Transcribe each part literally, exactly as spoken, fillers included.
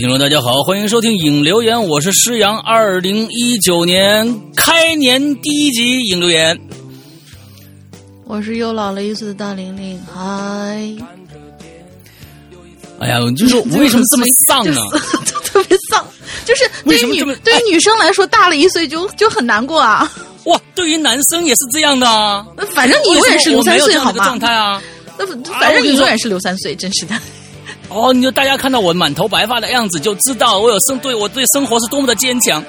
听众大家好，欢迎收听影留言，我是施阳。二零一九年开年第一集影留言， 我是又老了一岁的大玲玲。嗨， 哎呀，就是为什么这么丧呢？ 就特别丧，就是对于女对于女生来说，大了一岁就就很难过啊。 哇，对于男生也是这样的啊。 反正你永远是刘三岁，好吗？ 状态啊， 那反正你永远是刘三岁，真是的。 哦，你就大家看到我满头白发的样子，就知道我有生对我对生活是多么的坚强。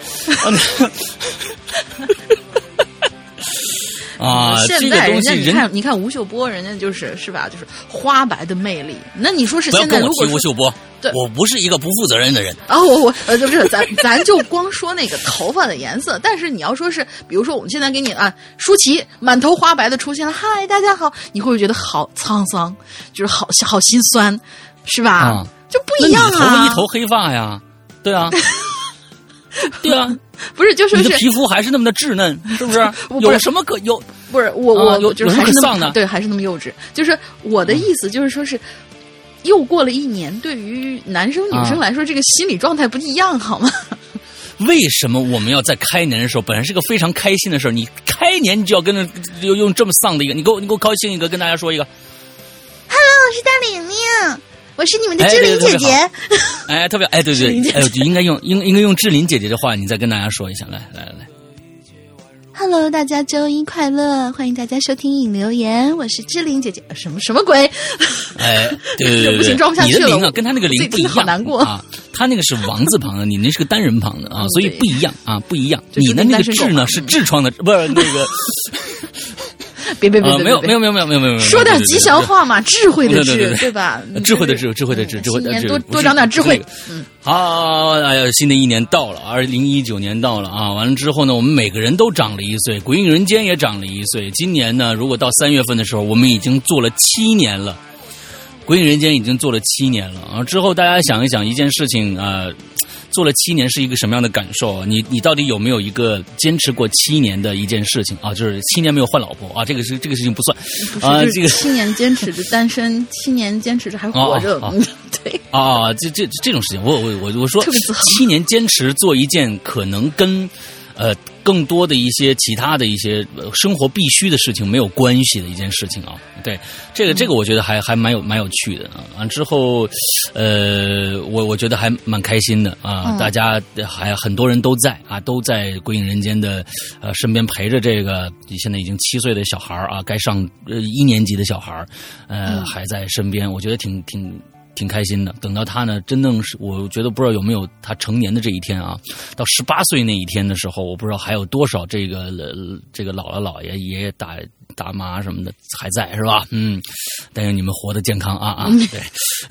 啊， 现在人家你看，你看吴秀波，人家就是是吧，就是花白的魅力。那你说是现在如果不要跟我提吴秀波，对，我不是一个不负责任的人啊。我我呃，不是咱咱就光说那个头发的颜色，但是你要说是，比如说我们现在给你啊，舒淇满头花白的出现了，嗨，大家好，你会不会觉得好沧桑，就是好好心酸？是吧、啊？就不一样啊！ 那你头发一头黑发呀，对啊，对啊， 不是，就是你的皮肤还是那么的稚嫩，是不是？有什么可有？ 不是我我、 啊、有就是还是那么对，还是那么幼稚。就是我的意思，就是说是又过了一年，对于男生女生来说，啊、这个心理状态不一样，好吗？ 为什么我们要在开年的时候，本来是个非常开心的事儿，你开年你就要跟着用用这么丧的一个？你给我你给我高兴一个，跟大家说一个。 Hello， 我是大玲玲。我是你们的志玲姐姐， 哎，特别哎，对对，哎，就应该用应应该用志玲姐姐的话，你再跟大家说一下，来来来。 Hello， 大家周一快乐，欢迎大家收听影留言，我是志玲姐姐，什么什么鬼？ 哎，对对对， 不行，装不下去了。 你的玲啊，跟他那个玲不一样， 好难过啊。他那个是王字旁的，你那是个单人旁的啊，所以不一样啊，不一样。你的那个痔呢是痔疮的，不是那个。 别别别别， 没有没有没有没有没有没有， 说点吉祥话嘛，智慧的智，对吧？ 智慧的智，智慧的智，智慧的智， 多多长点智慧。 嗯，好，哎呀，新的一年到了，二零一九年到了啊！完了之后呢，我们每个人都长了一岁，鬼影人间也长了一岁。今年呢，如果到三月份的时候，我们已经做了七年了，鬼影人间已经做了七年了啊！之后大家想一想一件事情啊。呃做了七年是一个什么样的感受？你你到底有没有一个坚持过七年的一件事情啊？就是七年没有换老婆啊，这个是这个事情不算啊。这个七年坚持着单身，七年坚持着还活着， 啊啊、 对啊，这这这种事情，我我我我说七年坚持做一件可能跟呃更多的一些其他的一些生活必须的事情没有关系的一件事情啊。对，这个这个我觉得还还蛮有蛮有趣的啊。完之后，呃，我我觉得还蛮开心的啊。嗯、大家还很多人都在啊，都在鬼影人间的呃身边陪着这个现在已经七岁的小孩啊，该上呃一年级的小孩呃、嗯、还在身边，我觉得挺挺。挺开心的。等到他呢，真正是我觉得不知道有没有他成年的这一天啊，到十八岁那一天的时候，我不知道还有多少这个呃这个姥姥姥爷爷爷大大妈什么的还在是吧？嗯，但愿你们活得健康啊啊！对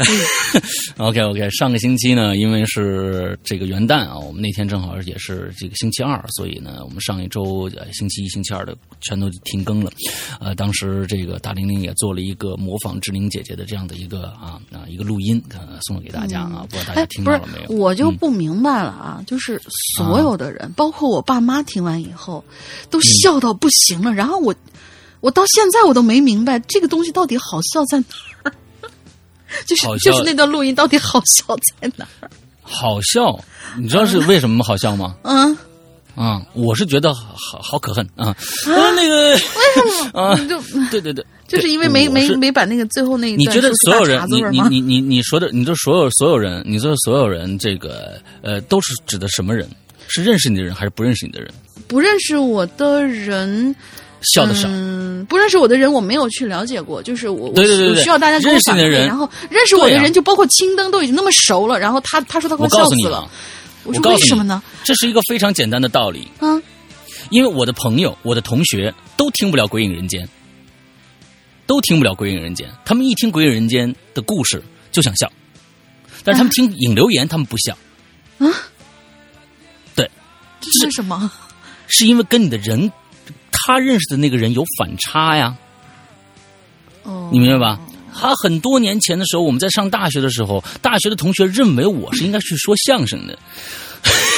，OK OK。上个星期呢，因为是这个元旦啊，我们那天正好也是这个星期二，所以呢，我们上一周星期一、星期二的全都停更了。呃，当时这个大玲玲也做了一个模仿志玲姐姐的这样的一个啊啊一个录音，呃，送给大家啊，不知道大家听到了没有？ 哎、不是，我就不明白了啊，嗯、就是所有的人，啊、包括我爸妈，听完以后都笑到不行了，嗯、然后我。我到现在我都没明白这个东西到底好笑在哪儿，就是就是那段录音到底好笑在哪儿？ 好笑，你知道是为什么好笑吗？ 嗯， 啊、嗯，我是觉得好好可恨啊！啊那个为什么啊？就对对对， 就是因为没没没把那个最后那一段。 你觉得所有人，你你你你你说的，你说所有所有人，你说所有人，这个呃，都是指的什么人？是认识你的人还是不认识你的人？ 不认识我的人。 笑得少， 嗯，不认识我的人我没有去了解过，就是我对对对对我需要大家给我反馈， 人然后认识我的人就包括青灯都已经那么熟了，然后他他说他快笑死了， 我说为什么呢？ 这是一个非常简单的道理啊，因为我的朋友、我的同学都听不了《鬼影人间》，都听不了《鬼影人间》，他们一听《鬼影人间》的故事就想笑，但是他们听影留言，他们不笑啊。 对， 这是为什么？ 是因为跟你的人。他认识的那个人有反差呀， 哦， 你明白吧？他很多年前的时候，我们在上大学的时候，大学的同学认为我是应该去说相声的，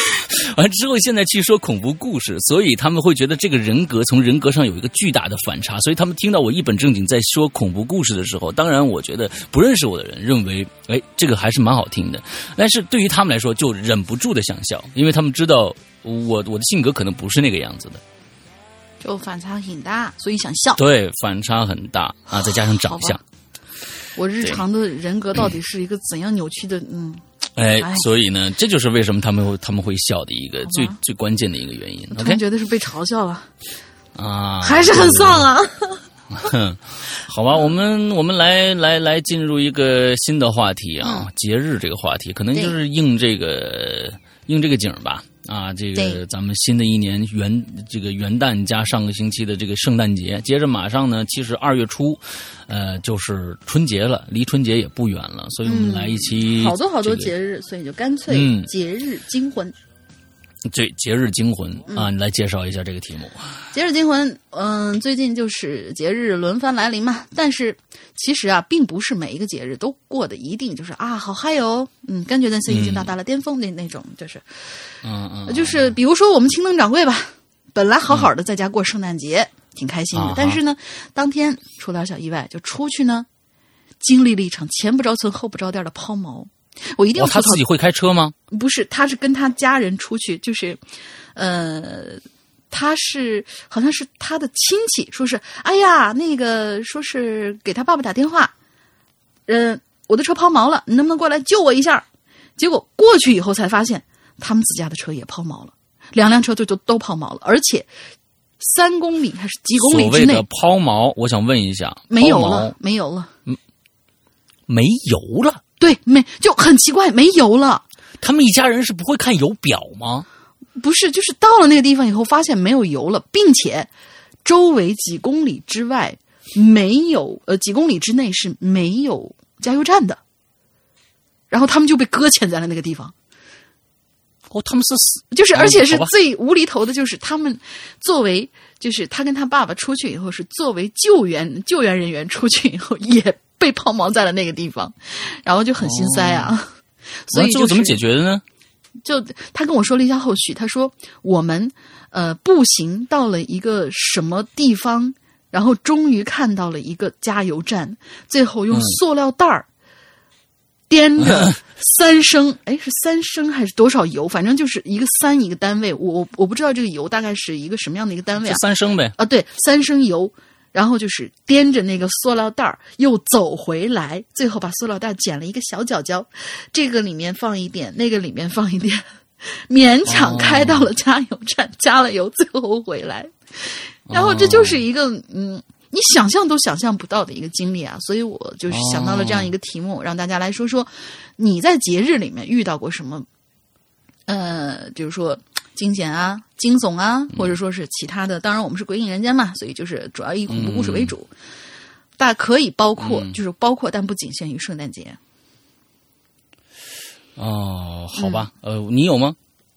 完之后现在去说恐怖故事，所以他们会觉得这个人格从人格上有一个巨大的反差，所以他们听到我一本正经在说恐怖故事的时候，当然我觉得不认识我的人认为哎这个还是蛮好听的，但是对于他们来说就忍不住的想笑，因为他们知道我我的性格可能不是那个样子的， 就反差很大，所以想笑。 对，反差很大啊，再加上长相。 我日常的人格到底是一个怎样扭曲的？嗯， 哎，所以呢，这就是为什么他们会他们会笑的一个最最关键的一个原因。 我突然觉得是被嘲笑了啊， 还是很丧啊。 哼，好吧，我们我们来来来进入一个新的话题啊，嗯、节日这个话题，可能就是应这个应这个景吧。啊，这个咱们新的一年元这个元旦加上个星期的这个圣诞节，接着马上呢，其实二月初，呃，就是春节了，离春节也不远了，所以我们来一期、 嗯、好多好多节日，所以就干脆节日惊魂。 对，节日惊魂啊，你来介绍一下这个题目。 节日惊魂，嗯，最近就是节日轮番来临嘛，但是其实啊，并不是每一个节日都过得一定就是啊好嗨哦，嗯，感觉那是已经到达了巅峰的那种，就是， 嗯嗯， 就是比如说我们青灯掌柜吧，本来好好的在家过圣诞节，嗯、挺开心的，啊、但是呢，当天出点小意外，就出去呢，经历了一场前不着村后不着店的抛锚。我一定要、哦、 他自己会开车吗？ 不是，他是跟他家人出去，就是，呃，他是好像是他的亲戚，说是，哎呀，那个说是给他爸爸打电话，嗯、呃，我的车抛锚了，你能不能过来救我一下？结果过去以后才发现，他们自家的车也抛锚了，两辆车就就都抛锚了，而且三公里还是几公里之内。 所谓的抛锚，我想问一下， 没有了，没油了， 嗯，没油了。 对，没就很奇怪，没油了。 他们一家人是不会看油表吗？ 不是，就是到了那个地方以后，发现没有油了，并且周围几公里之外没有，呃，几公里之内是没有加油站的。然后他们就被搁浅在了那个地方。 哦，他们是死， 就是，而且是最无厘头的，就是他们作为，就是他跟他爸爸出去以后，是作为救援救援人员出去以后也。被抛锚在了那个地方，然后就很心塞啊。哦、所以、就是、 最后怎么解决的呢？ 就他跟我说了一下后续，他说我们呃步行到了一个什么地方，然后终于看到了一个加油站，最后用塑料袋儿掂着三升，哎、嗯、是三升还是多少油？反正就是一个三一个单位，我我不知道这个油大概是一个什么样的一个单位啊？ 三升呗。 啊，对，三升油。然后就是掂着那个塑料袋又走回来，最后把塑料袋剪了一个小角角，这个里面放一点，那个里面放一点，勉强开到了加油站，哦、加了油，最后回来。然后这就是一个嗯，你想象都想象不到的一个经历啊！所以我就是想到了这样一个题目，哦、让大家来说说你在节日里面遇到过什么，呃，比如说。惊险啊，惊悚啊，或者说是其他的。当然，我们是鬼影人间嘛，所以就是主要以恐怖故事为主。嗯、但可以包括，嗯、就是包括，但不仅限于圣诞节。 哦，好吧，嗯、呃，你有吗？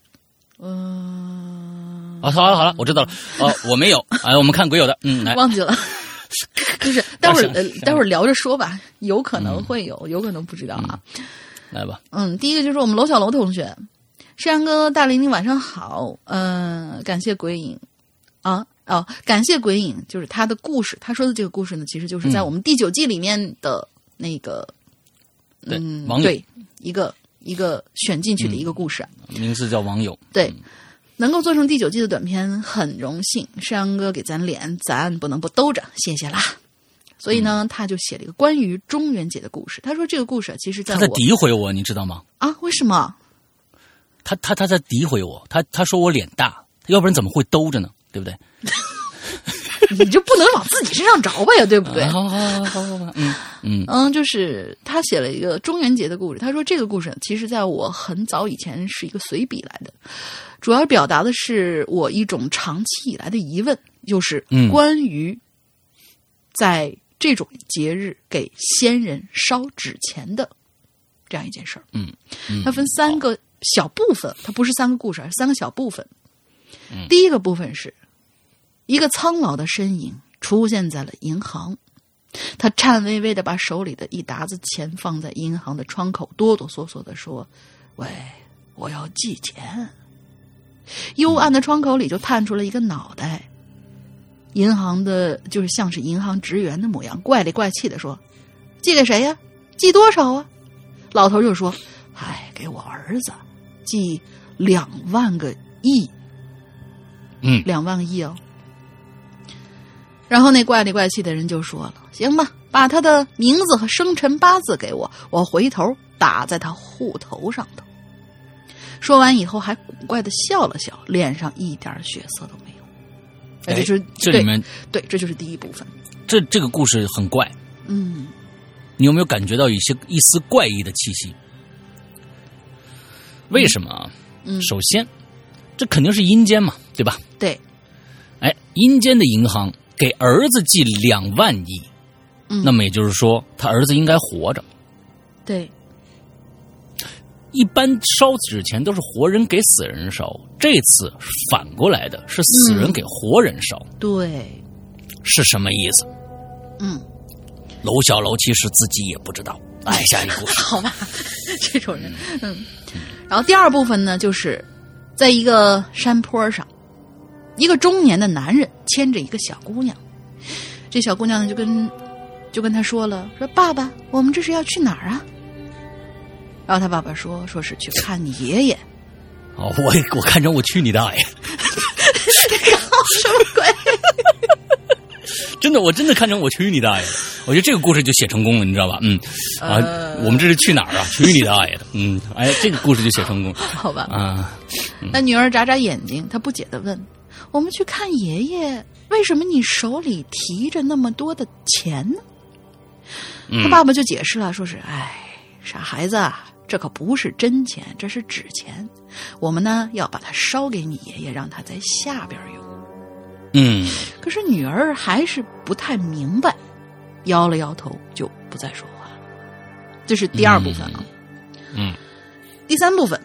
嗯、 呃。啊，好了好了，我知道了。哦、呃，我没有。哎，我们看鬼友的，嗯，来， 忘记了。就是待会儿呃，待会儿聊着说吧，有可能会有，嗯、有可能不知道啊。 嗯、来吧。 嗯，第一个就是我们楼小楼同学。山羊哥、大林，你晚上好。嗯、呃，感谢鬼影啊哦，感谢鬼影，就是他的故事。他说的这个故事呢，其实就是在我们第九季里面的那个， 嗯， 嗯对，一个一个选进去的一个故事， 嗯、名字叫网友。 对，能够做成第九季的短片，很荣幸。山羊哥给咱脸，咱不能不兜着，谢谢啦。所以呢，他就写了一个关于中元节的故事。他说这个故事其实在我他在诋毁我，你知道吗？ 啊，为什么？ 他他他在诋毁我，他他说我脸大，要不然怎么会兜着呢？对不对？ 你就不能往自己身上找吧呀，对不对？ 好好好好好，嗯嗯嗯，就是他写了一个中元节的故事。他说这个故事其实在我很早以前是一个随笔来的，主要表达的是我一种长期以来的疑问，就是关于在这种节日给先人烧纸钱的这样一件事儿。 嗯，嗯它分三个小部分，它不是三个故事，而是三个小部分。嗯、第一个部分是一个苍老的身影出现在了银行，他颤巍巍的把手里的一沓子钱放在银行的窗口，哆哆嗦嗦的说：“喂，我要寄钱。” 幽暗的窗口里就探出了一个脑袋，银行的就是像是银行职员的模样，怪里怪气的说：“寄给谁呀？寄多少啊？”老头就说：“哎，给我儿子，寄两万个亿。” 嗯， 两万个亿哦。然后那怪里怪气的人就说了：“行吧，把他的名字和生辰八字给我，我回头打在他户头上头。”说完以后还古怪的笑了笑，脸上一点血色都没有。 哎， 这就是这里面对, 对，这就是第一部分。 这这个故事很怪， 嗯， 你有没有感觉到一些一丝怪异的气息？为什么啊？ 嗯， 首先，这肯定是阴间嘛，对吧？ 对。 哎，阴间的银行给儿子寄两万亿， 嗯， 那么也就是说，他儿子应该活着。 对。 一般烧纸钱都是活人给死人烧，这次反过来的是死人给活人烧。 嗯、对， 是什么意思？ 嗯， 娄小楼其实自己也不知道。哎，下一步好吧，这种人，嗯。然后第二部分呢，就是在一个山坡上，一个中年的男人牵着一个小姑娘，这小姑娘呢就跟就跟他说了，说爸爸，我们这是要去哪儿啊？然后他爸爸说，说是去看你爷爷。 哦，我我看成我去你大爷！ 搞什么鬼？ 真的，我真的看成我去你大爷！我觉得这个故事就写成功了，你知道吧？嗯，啊， 呃、 我们这是去哪儿啊？去你大爷的！嗯，哎，这个故事就写成功。 好吧。 啊， 嗯、那女儿眨眨眼睛，她不解地问：“我们去看爷爷，为什么你手里提着那么多的钱呢？” 嗯、 他爸爸就解释了，说是：“哎，傻孩子啊。”这可不是真钱，这是纸钱。我们呢要把它烧给你爷爷，让他在下边用。 嗯， 可是女儿还是不太明白，摇了摇头，就不再说话了。这是第二部分啊。 嗯，嗯第三部分，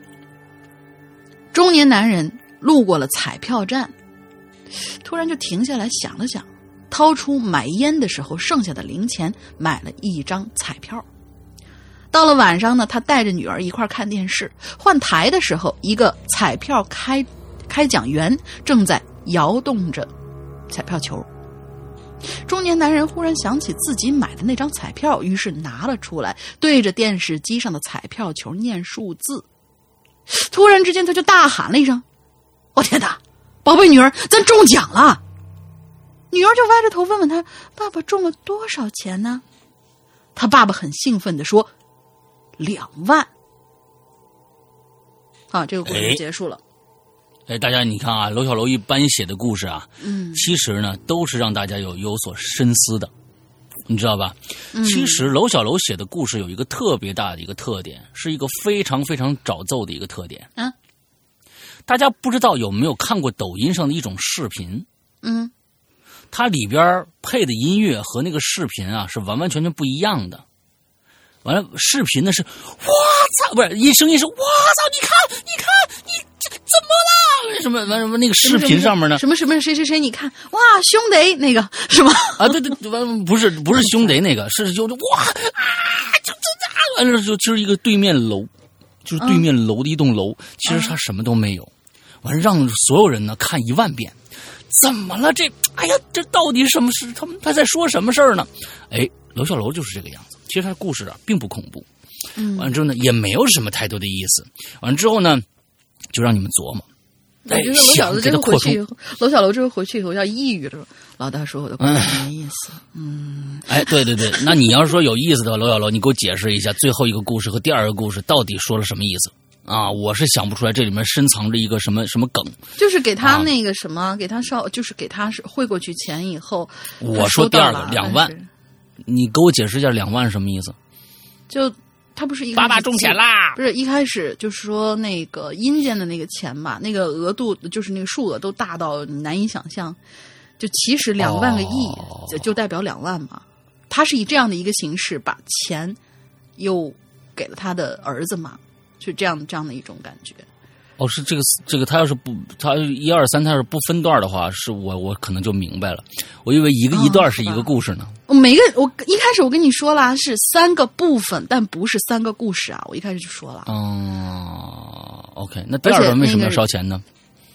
中年男人路过了彩票站，突然就停下来想了想，掏出买烟的时候剩下的零钱，买了一张彩票。到了晚上呢，他带着女儿一块看电视，换台的时候，一个彩票开开奖员正在摇动着彩票球。中年男人忽然想起自己买的那张彩票，于是拿了出来，对着电视机上的彩票球念数字。突然之间，他就大喊了一声：“我天哪，宝贝女儿，咱中奖了！”女儿就歪着头问问他：“爸爸中了多少钱呢？”他爸爸很兴奋地说：“两万。”好，这个故事结束了。 哎，大家你看啊，娄小楼一般写的故事啊， 嗯， 其实呢都是让大家有有所深思的，你知道吧？ 嗯、 其实娄小楼写的故事有一个特别大的一个特点，是一个非常非常找揍的一个特点。 啊， 大家不知道有没有看过抖音上的一种视频？ 嗯， 它里边配的音乐和那个视频啊是完完全全不一样的。完了，视频呢是哇操，不是一声音是哇操，你看，你看，你这怎么了？什么完什么那个视频上面呢？ 什么什么谁谁谁？你看哇，兄弟那个是吗？ 啊，对对，完不是不是兄弟那个，是就哇啊，就就啊，完了就就是一个对面楼，就是对面楼的一栋楼，嗯、其实它什么都没有。完了，让所有人呢看一万遍，怎么了？这哎呀，这到底什么事？他们他在说什么事儿呢？哎，娄小楼就是这个样子。其实他的故事啊并不恐怖， 嗯， 完了之后呢也没有什么太多的意思，完了之后呢就让你们琢磨。 我觉得娄小楼这个回去以后，娄小楼这个回去以后要抑郁了。老大说我的故事没意思，嗯， 哎，对对对，那你要是说有意思的话，娄小楼，你给我解释一下最后一个故事和第二个故事到底说了什么意思啊？我是想不出来这里面深藏着一个什么什么梗。 就是给他那个什么，啊、给他烧，就是给他汇过去钱以后， 我说第二个两万。你给我解释一下两万是什么意思？ 就他不是一爸爸中钱啦， 不是一开始就是说那个阴间的那个钱吧，那个额度就是那个数额都大到难以想象，就其实两万个亿就代表两万嘛。他是以这样的一个形式把钱又给了他的儿子嘛，就这样这样的一种感觉。 哦，是这个这个，他要是不他一二三，他要是不分段的话，是我我可能就明白了。我以为一个、哦、一段是一个故事呢。 我每个我一开始我跟你说了是三个部分，但不是三个故事啊。我一开始就说了。 哦 ，OK， 那第二个为什么要烧钱呢？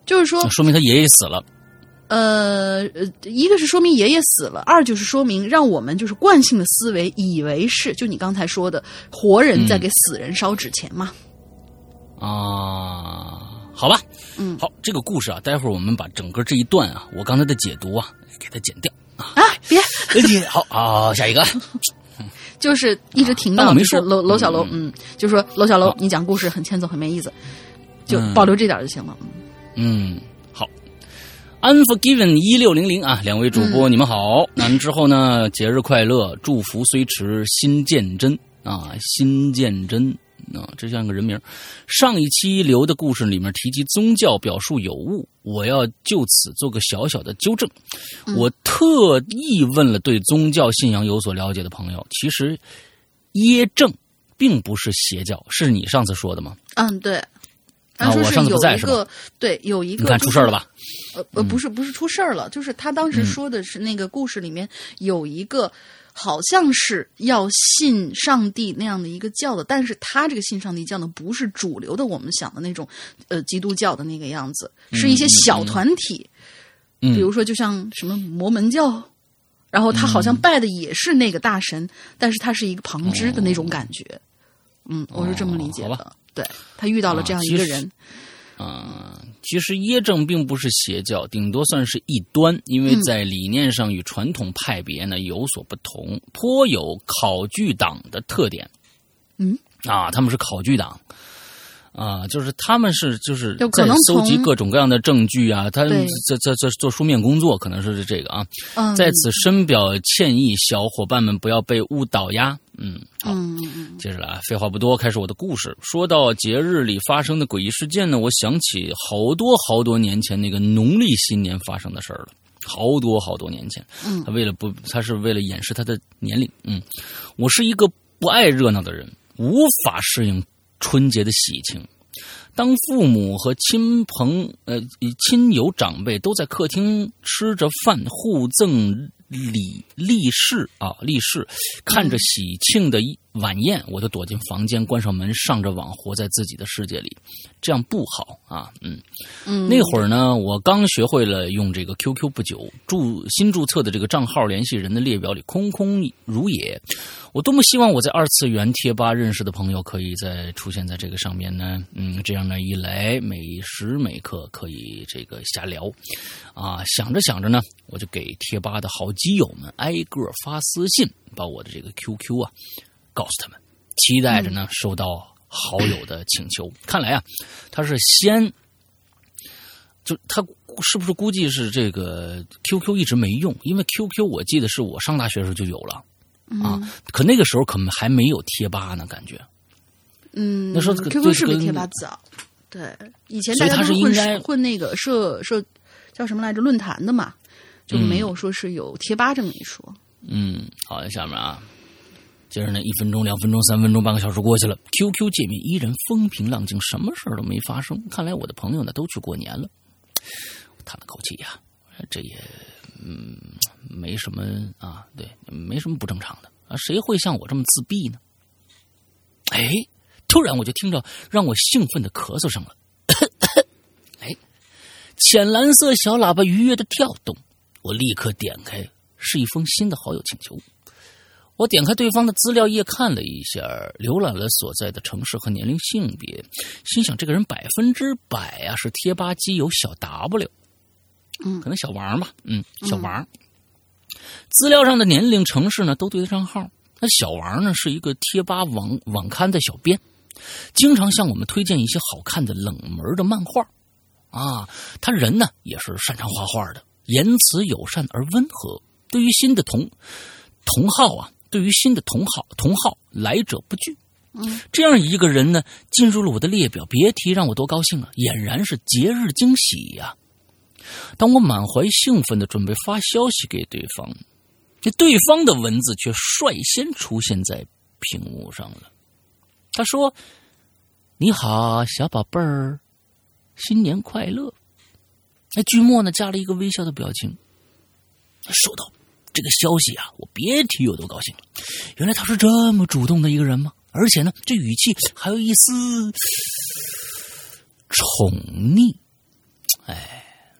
就是说， 说明他爷爷死了。 呃，一个是说明爷爷死了，二就是说明让我们就是惯性的思维以为是，就你刚才说的，活人在给死人烧纸钱嘛。 嗯、啊，好吧， 嗯， 好，这个故事啊，待会儿我们把整个这一段啊，我刚才的解读啊，给它剪掉啊。 啊，别， 好，好，下一个。 就是一直停到啊、就是楼楼小楼，嗯，就说楼小楼，你讲故事很欠揍，很没意思，就保留这点就行了。 嗯，好。Unforgiven 一六零零啊，两位主播、嗯、你们好。那之后呢，节日快乐，祝福虽迟心见真啊，心见真啊，这像个人名。上一期留的故事里面提及宗教表述有误，我要就此做个小小的纠正。 嗯、 我特意问了对宗教信仰有所了解的朋友，其实耶正并不是邪教，是你上次说的吗？ 嗯，对。 啊，我上次不在是吧？ 对，有一个， 你看出事了吧？ 呃呃，不是不是出事了，就是他当时说的是那个故事里面有一个好像是要信上帝那样的一个教的，但是他这个信上帝教呢不是主流的我们想的那种呃基督教的那个样子，是一些小团体， 嗯、 比如说就像什么摩门教，然后他好像拜的也是那个大神，嗯、但是他是一个旁支的那种感觉。哦、嗯，我是这么理解的。哦对，他遇到了这样一个人， 啊、呃，其实耶正并不是邪教，顶多算是异端，因为在理念上与传统派别呢有所不同，颇有考据党的特点。 嗯， 啊，他们是考据党。啊，就是他们是就是在搜集各种各样的证据啊，他们在在在做书面工作，可能是这个啊。 嗯， 在此深表歉意，小伙伴们不要被误导呀。嗯，好， 嗯嗯， 接着来，废话不多，开始我的故事。说到节日里发生的诡异事件呢，我想起好多好多年前那个农历新年发生的事儿了，好多好多年前。 嗯， 他为了不，他是为了掩饰他的年龄。嗯，我是一个不爱热闹的人，无法适应春节的喜庆。当父母和亲朋呃亲友长辈都在客厅吃着饭，互赠礼利是啊利是，看着喜庆的晚宴，我就躲进房间，关上门，上着网，活在自己的世界里，这样不好啊。嗯嗯， 那会儿呢，我刚学会了用这个 Q Q 不久，注新注册的这个账号联系人的列表里空空如也。我多么希望我在二次元贴吧认识的朋友可以再出现在这个上面呢？嗯，这样呢一来，每时每刻可以这个瞎聊，啊，想着想着呢，我就给贴吧的好基友们挨个发私信，把我的这个 Q Q 啊告诉他们，期待着呢收到好友的请求。嗯、看来啊，他是先就他是不是估计是这个 Q Q 一直没用，因为 Q Q 我记得是我上大学的时候就有了。啊，可那个时候可能还没有贴吧呢，感觉。 嗯， 那时候 Q Q 是比贴吧早，对，以前大家都混混那个社社叫什么来着论坛的嘛，就没有说是有贴吧这么一说。 嗯，好，下面啊，接着呢，一分钟、两分钟、三分钟、半个小时过去了 ，Q Q 界面依然风平浪静，什么事儿都没发生。看来我的朋友呢都去过年了，我叹了口气呀、啊，这也。嗯，没什么啊，对，没什么不正常的啊，谁会像我这么自闭呢？哎，突然我就听着让我兴奋的咳嗽声了。哎，浅蓝色小喇叭愉悦的跳动，我立刻点开，是一封新的好友请求。我点开对方的资料页看了一下，浏览了所在的城市和年龄性别，心想这个人百分之百啊是贴吧基友小 W。 嗯， 可能小王吧，嗯，小王。嗯、资料上的年龄、城市呢都对得上号。那小王呢是一个贴吧网网刊的小编，经常向我们推荐一些好看的冷门的漫画。啊，他人呢也是擅长画画的，言辞友善而温和。对于新的同同好啊，对于新的同好同好来者不拒。 嗯， 这样一个人呢进入了我的列表，别提让我多高兴了，俨然是节日惊喜呀、啊。当我满怀兴奋地准备发消息给对方，这对方的文字却率先出现在屏幕上了。他说：“你好，小宝贝儿，新年快乐。”那句末呢加了一个微笑的表情。收到这个消息啊，我别提有多高兴了。原来他是这么主动的一个人吗？而且呢，这语气还有一丝宠溺。哎，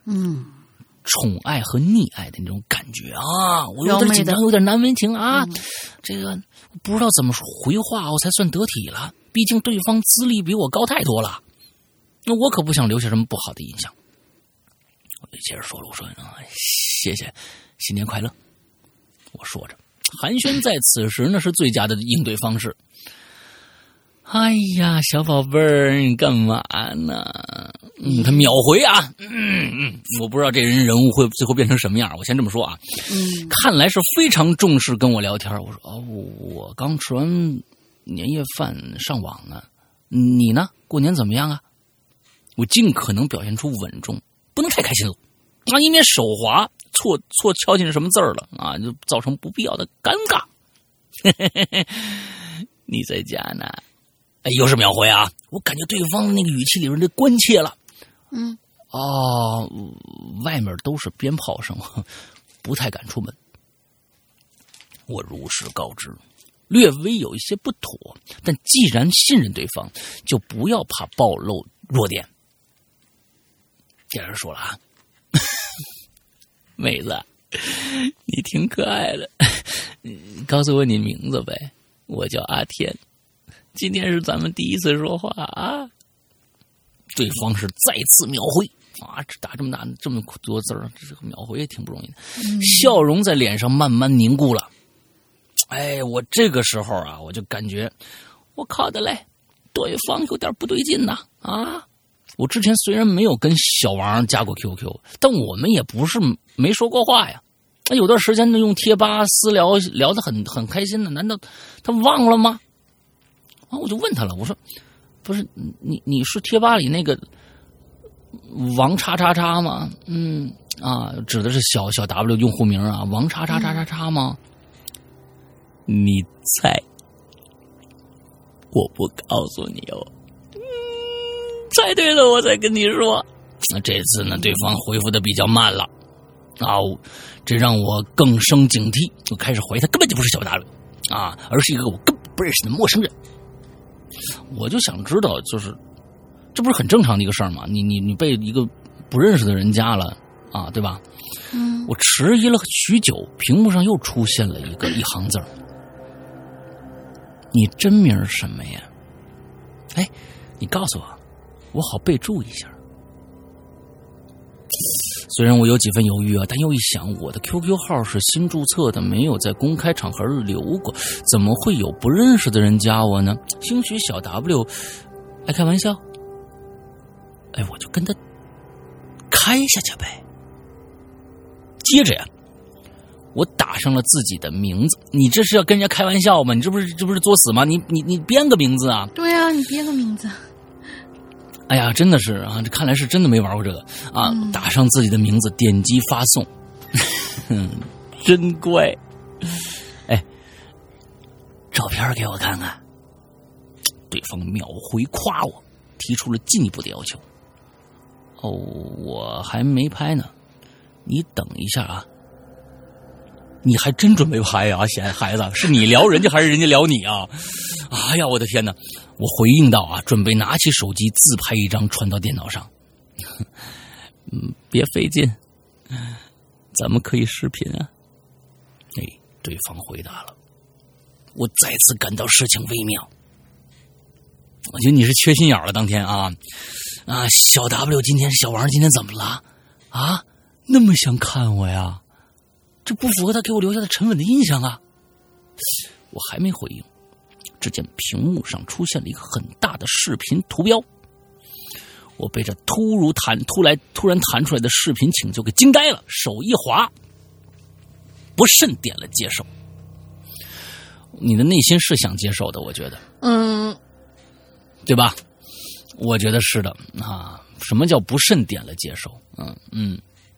嗯， 宠爱和溺爱的那种感觉啊，我有点紧张，有点难为情啊。嗯、这个不知道怎么回话我才算得体了，毕竟对方资历比我高太多了，那我可不想留下什么不好的印象。我就接着说了，我说啊，谢谢，新年快乐。我说着，寒暄在此时呢是最佳的应对方式。哎呀，小宝贝儿，你干嘛呢？嗯，他秒回啊，嗯嗯，我不知道这人人物会最后变成什么样，我先这么说啊。 嗯， 看来是非常重视跟我聊天。我说哦，我刚吃完年夜饭上网呢，你呢？过年怎么样啊？我尽可能表现出稳重，不能太开心了啊，以免手滑错错敲进什么字儿了啊，就造成不必要的尴尬。你在家呢？哎，又是秒回啊！我感觉对方的那个语气里面的关切了。 嗯， 哦，外面都是鞭炮声，不太敢出门。我如实告知，略微有一些不妥，但既然信任对方，就不要怕暴露弱点。接着说了啊，妹子，你挺可爱的，告诉我你名字呗，我叫阿天。今天是咱们第一次说话啊！对方是再次秒回啊，打这么大这么多字儿，这个秒回也挺不容易的。嗯、笑容在脸上慢慢凝固了。哎，我这个时候啊，我就感觉，我靠的嘞，对方有点不对劲呐啊！我之前虽然没有跟小王加过 Q Q， 但我们也不是没说过话呀。那有段时间呢，用贴吧私聊聊得很很开心的，难道他忘了吗？我就问他了，我说：“不是你，你是贴吧里那个王叉叉叉吗？嗯啊，指的是小小 W 用户名啊，王叉叉叉叉叉吗？嗯、你猜？我不告诉你哦。嗯，猜对了，我再跟你说。那这次呢，对方回复的比较慢了啊，这让我更生警惕。我开始怀疑他根本就不是小 W 啊，而是一个我根本不认识的陌生人。”我就想知道，就是这不是很正常的一个事儿吗？你你你被一个不认识的人加了啊，对吧？ 嗯。 我迟疑了许久，屏幕上又出现了一个一行字儿：“你真名是什么呀？”哎，你告诉我，我好备注一下。虽然我有几分犹豫啊，但又一想，我的 Q Q 号是新注册的，没有在公开场合留过，怎么会有不认识的人加我呢？兴许小 W 爱开玩笑，哎，我就跟他开下去呗。接着呀，我打上了自己的名字。你这是要跟人家开玩笑吗？你这不是这不是作死吗？你你你编个名字啊？ 对啊，你编个名字。 哎呀，真的是啊，这看来是真的没玩过这个啊！嗯、打上自己的名字，点击发送，真乖。哎，照片给我看看。对方秒回夸我，提出了进一步的要求。哦，我还没拍呢，你等一下啊。你还真准备拍啊，闲孩子，是你聊人家还是人家聊你啊？哎呀，我的天哪！我回应道啊，准备拿起手机自拍一张传到电脑上。嗯，别费劲，咱们可以视频啊。哎，对方回答了。我再次感到事情微妙。我觉得你是缺心眼了，当天啊啊，小 W 今天小王今天怎么了啊？那么想看我呀？这不符合他给我留下的沉稳的印象啊！我还没回应，只见屏幕上出现了一个很大的视频图标。我被这突如弹突来突然弹出来的视频请求给惊呆了，手一滑，不慎点了接受。你的内心是想接受的，我觉得， 嗯， 对吧？我觉得是的啊。什么叫不慎点了接受？嗯嗯。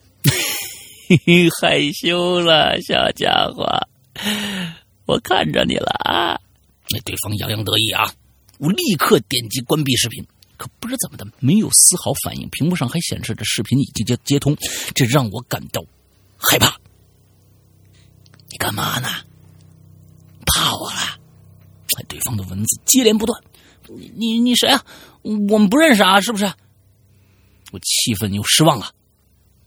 害羞了，小家伙，我看着你了啊！那对方洋洋得意啊，我立刻点击关闭视频，可不知怎么的，没有丝毫反应，屏幕上还显示着视频已经接接通，这让我感到害怕。你干嘛呢？怕我了？对方的文字接连不断，你你你谁啊？我们不认识啊，是不是？我气愤又失望啊！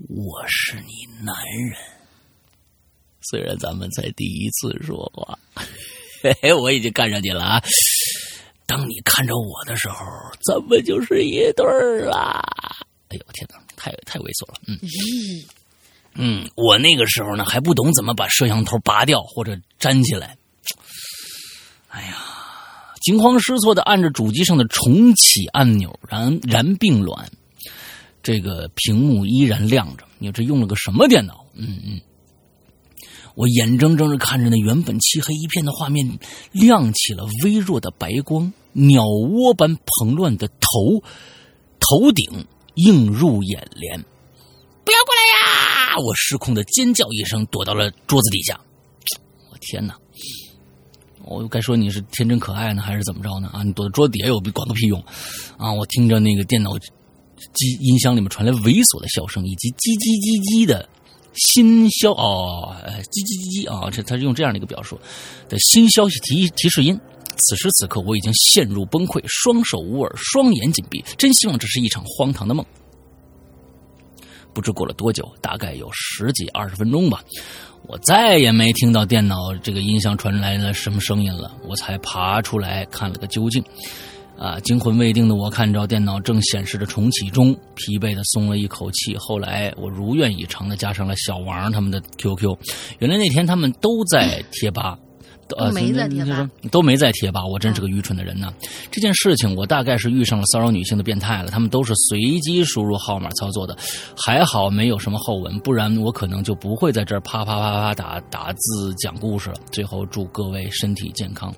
我是你男人。虽然咱们才第一次说话，嘿嘿，我已经看上你了啊！当你看着我的时候，咱们就是一对儿啦！哎呦天哪，太太猥琐了，嗯嗯，我那个时候呢还不懂怎么把摄像头拔掉或者粘起来，哎呀，惊慌失措的按着主机上的重启按钮，然然并卵，这个屏幕依然亮着。你这用了个什么电脑？嗯嗯。我眼睁睁地看着那原本漆黑一片的画面亮起了微弱的白光，鸟窝般蓬乱的头头顶映入眼帘。不要过来呀！我失控的尖叫一声，躲到了桌子底下。我天哪！我该说你是天真可爱呢，还是怎么着呢？啊，你躲在桌子底下有管个屁用啊！我听着那个电脑机音箱里面传来猥琐的笑声，以及叽叽叽叽的新消哦，叽叽叽叽啊，这他是用这样的一个表述的新消息提提示音。此时此刻，我已经陷入崩溃，双手捂耳，双眼紧闭，真希望这是一场荒唐的梦。不知过了多久，大概有十几二十分钟吧，我再也没听到电脑这个音箱传来了什么声音了，我才爬出来看了个究竟。啊，惊魂未定的我看着电脑正显示着重启中，疲惫的松了一口气。后来我如愿以偿的加上了小王他们的 Q Q， 原来那天他们都在贴吧， 呃，都没在贴吧， 都没在贴吧，我真是个愚蠢的人呢。嗯、这件事情我大概是遇上了骚扰女性的变态了，他们都是随机输入号码操作的，还好没有什么后文，不然我可能就不会在这儿啪啪啪啪打打字讲故事了。最后祝各位身体健康。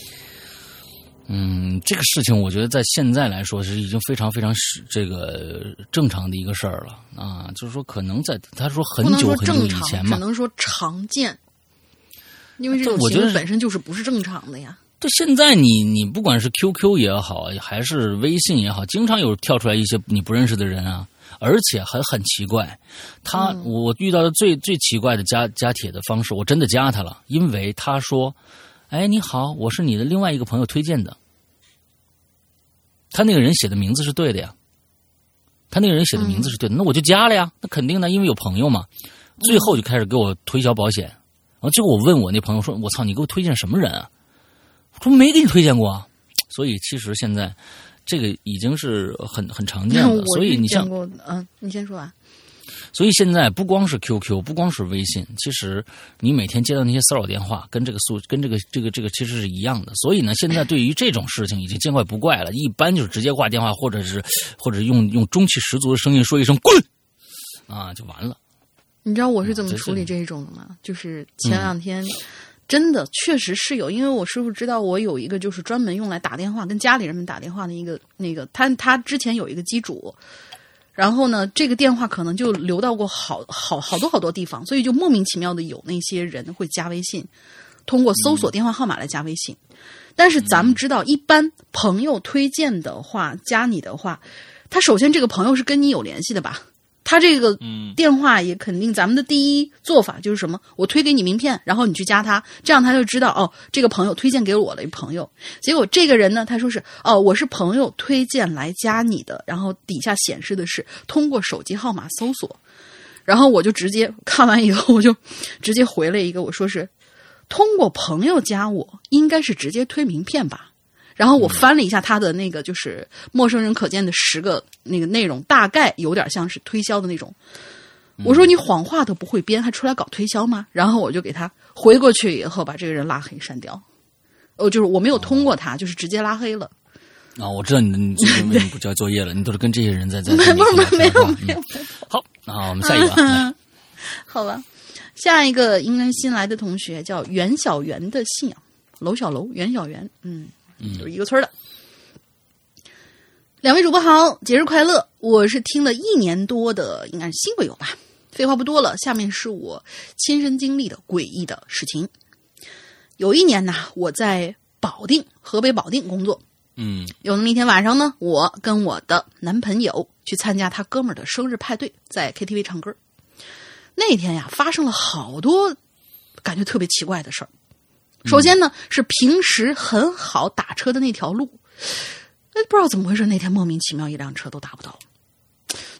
嗯，这个事情我觉得在现在来说是已经非常非常是这个正常的一个事儿了啊，就是说可能在他说很久很久以前嘛， 只能说常见，因为这种行为本身就是不是正常的呀。 对，现在你你不管是 Q Q 也好，还是微信也好，经常有跳出来一些你不认识的人啊，而且还很奇怪。他、嗯、我遇到的最最奇怪的加加帖的方式，我真的加他了，因为他说：“哎，你好，我是你的另外一个朋友推荐的。”他那个人写的名字是对的呀，他那个人写的名字是对的，嗯、那我就加了呀，那肯定的，因为有朋友嘛。最后就开始给我推销保险，然后结果我问我那朋友说：“我操，你给我推荐什么人啊？”我说：“没给你推荐过啊。”所以其实现在这个已经是很很常见的。所以你像， 嗯、呃，你先说啊。 所以现在不光是 Q Q， 不光是微信，其实你每天接到那些骚扰电话，跟这个速跟这个这个这个其实是一样的。所以呢，现在对于这种事情已经见怪不怪了，一般就是直接挂电话，或者是或者用用中气十足的声音说一声滚啊，就完了。 你知道我是怎么处理这一种的吗？就是前两天。嗯真的确实是有，因为我师傅知道我有一个就是专门用来打电话跟家里人们打电话的一个那个，他他之前有一个机主，然后呢，这个电话可能就流到过好好好多好多地方，所以就莫名其妙的有那些人会加微信，通过搜索电话号码来加微信。嗯、但是咱们知道，一般朋友推荐的话，加你的话，他首先这个朋友是跟你有联系的吧？他这个电话也肯定，咱们的第一做法就是什么？我推给你名片，然后你去加他，这样他就知道哦，这个朋友推荐给我的一朋友。结果这个人呢，他说是哦，我是朋友推荐来加你的，然后底下显示的是通过手机号码搜索，然后我就直接看完以后，我就直接回了一个，我说是通过朋友加我，应该是直接推名片吧。然后我翻了一下他的那个就是陌生人可见的十个那个内容，大概有点像是推销的那种。我说你谎话都不会编，还出来搞推销吗？然后我就给他回过去以后，把这个人拉黑删掉。哦，就是我没有通过他，就是直接拉黑了。 啊、哦，我知道你你为什么不交作业了？你都是跟这些人在在没有没有没有没有。 嗯、好，那我们下一个。 好吧，下一个应该新来的同学叫袁小圆的信仰，楼小楼袁小圆，嗯。就是一个村的。两位主播好，节日快乐！我是听了一年多的，应该是新鬼友吧。废话不多了，下面是我亲身经历的诡异的事情。有一年呢，我在保定，河北保定工作。 嗯， 有那么一天晚上呢，我跟我的男朋友去参加他哥们儿的生日派对，在 K T V 唱歌。那天呀，发生了好多感觉特别奇怪的事儿。首先呢，是平时很好打车的那条路，不知道怎么回事，那天莫名其妙一辆车都打不到。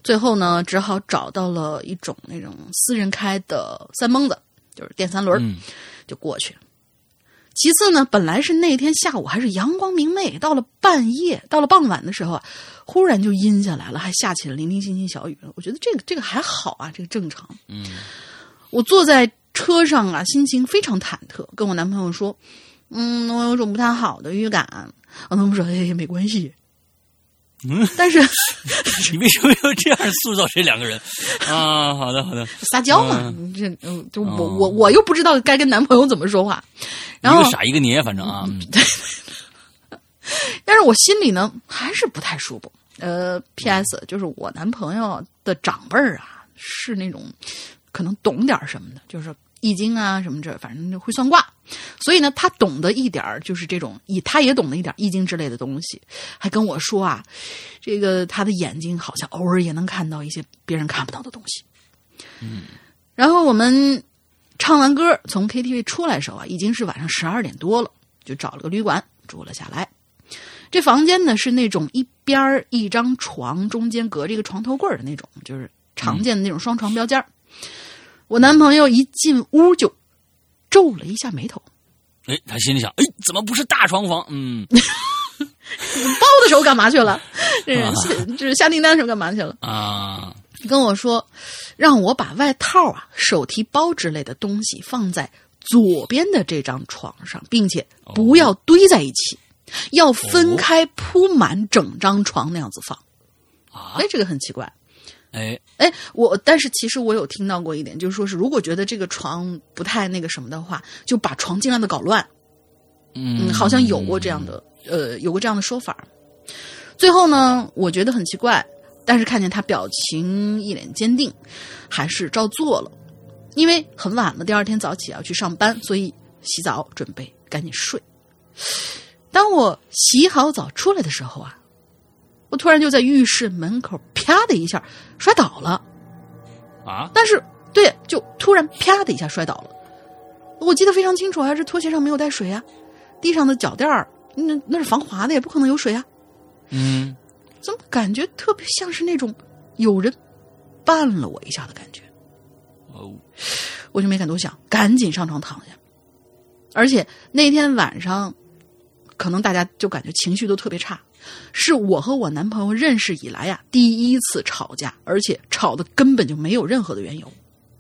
最后呢，只好找到了一种那种私人开的三蹦子，就是电三轮， 嗯、 就过去。其次呢，本来是那天下午还是阳光明媚，到了半夜，到了傍晚的时候啊，忽然就阴下来了，还下起了零零星星小雨。我觉得这个这个还好啊，这个正常。 嗯， 我坐在车上啊，心情非常忐忑，跟我男朋友说：“嗯，我有种不太好的预感。”我男朋友说：“哎，没关系。” 嗯， 但是你为什么要这样塑造这两个人啊？好的，好的， 撒娇嘛，嗯、这嗯，就我、哦、我我又不知道该跟男朋友怎么说话，然后一个傻一个捏，反正啊， 对。但是我心里呢还是不太舒服。呃 ，P S 就是我男朋友的长辈儿啊，是那种可能懂点什么的，就是易经啊什么这，反正会算卦。所以呢，他懂得一点就是这种，以他也懂得一点易经之类的东西，还跟我说啊，这个他的眼睛好像偶尔也能看到一些别人看不到的东西。 嗯， 然后我们唱完歌从 K T V 出来的时候啊，已经是晚上十二点多了，就找了个旅馆住了下来。这房间呢是那种一边一张床，中间隔着一个床头柜的那种，就是常见的那种双床标间、嗯、我男朋友一进屋就皱了一下眉头， 哎，他心里想，哎，怎么不是大床房？嗯， 包的时候干嘛去了？这是、啊、这是下订单的时候干嘛去了？ 啊， 跟我说，让我把外套啊、手提包之类的东西放在左边的这张床上，并且不要堆在一起，哦、要分开铺满整张床那样子放。 啊， 哎，这个很奇怪。 哎哎，我但是其实我有听到过一点，就是说是如果觉得这个床不太那个什么的话，就把床尽量的搞乱。 嗯， 好像有过这样的呃有过这样的说法。最后呢，我觉得很奇怪，但是看见他表情一脸坚定，还是照做了。因为很晚了，第二天早起要去上班，所以洗澡准备赶紧睡。当我洗好澡出来的时候啊，我突然就在浴室门口啪的一下摔倒了。 啊！ 但是对，就突然啪的一下摔倒了。我记得非常清楚，还是拖鞋上没有带水啊，地上的脚垫儿那那是防滑的，也不可能有水啊。 嗯， 怎么感觉特别像是那种有人绊了我一下的感觉？ 哦， 我就没敢多想，赶紧上床躺下。而且那天晚上，可能大家就感觉情绪都特别差，是我和我男朋友认识以来呀、啊、第一次吵架，而且吵的根本就没有任何的缘由。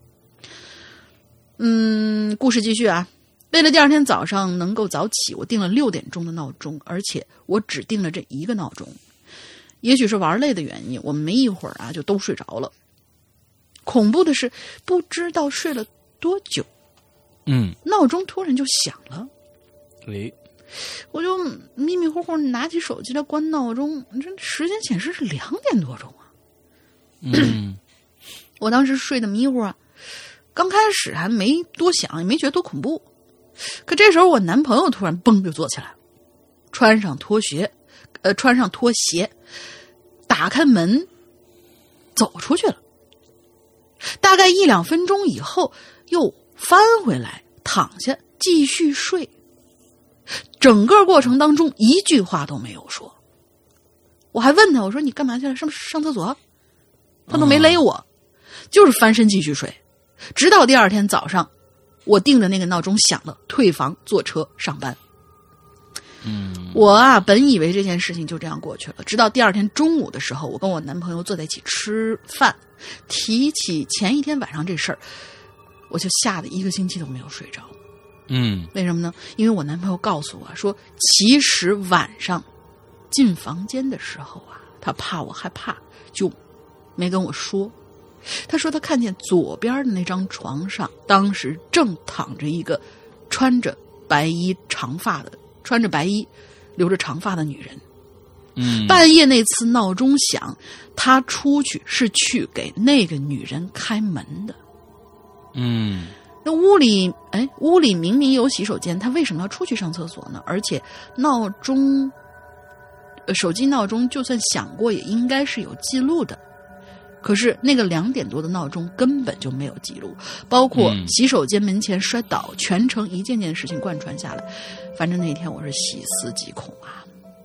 嗯，故事继续啊。为了第二天早上能够早起，我定了六点钟的闹钟，而且我只定了这一个闹钟。也许是玩累的原因，我们没一会儿啊就都睡着了。恐怖的是，不知道睡了多久， 嗯， 闹钟突然就响了。 喂， 我就迷迷糊糊拿起手机来关闹钟，这时间显示是两点多钟啊。 嗯， 我当时睡得迷糊啊，刚开始还没多想，也没觉得多恐怖。可这时候我男朋友突然蹦就坐起来，穿上拖鞋，呃，穿上拖鞋，打开门，走出去了。大概一两分钟以后，又翻回来，躺下继续睡。整个过程当中一句话都没有说。我还问他，我说你干嘛去了？上上厕所？他都没勒我，哦、就是翻身继续睡，直到第二天早上。我定的那个闹钟响了，退房坐车上班。 嗯， 我啊本以为这件事情就这样过去了，直到第二天中午的时候，我跟我男朋友坐在一起吃饭，提起前一天晚上这事儿，我就吓得一个星期都没有睡着。 嗯， 为什么呢？因为我男朋友告诉我说，其实晚上进房间的时候啊，他怕我害怕，就没跟我说。他说他看见左边的那张床上，当时正躺着一个穿着白衣长发的，穿着白衣留着长发的女人。 嗯， 半夜那次闹钟响，他出去是去给那个女人开门的。 嗯， 那屋里，哎，屋里明明有洗手间，他为什么要出去上厕所呢？而且闹钟，呃，手机闹钟就算响过，也应该是有记录的。可是那个两点多的闹钟根本就没有记录，包括洗手间门前摔倒，嗯、全程一件件事情贯穿下来。反正那天我是细思极恐啊。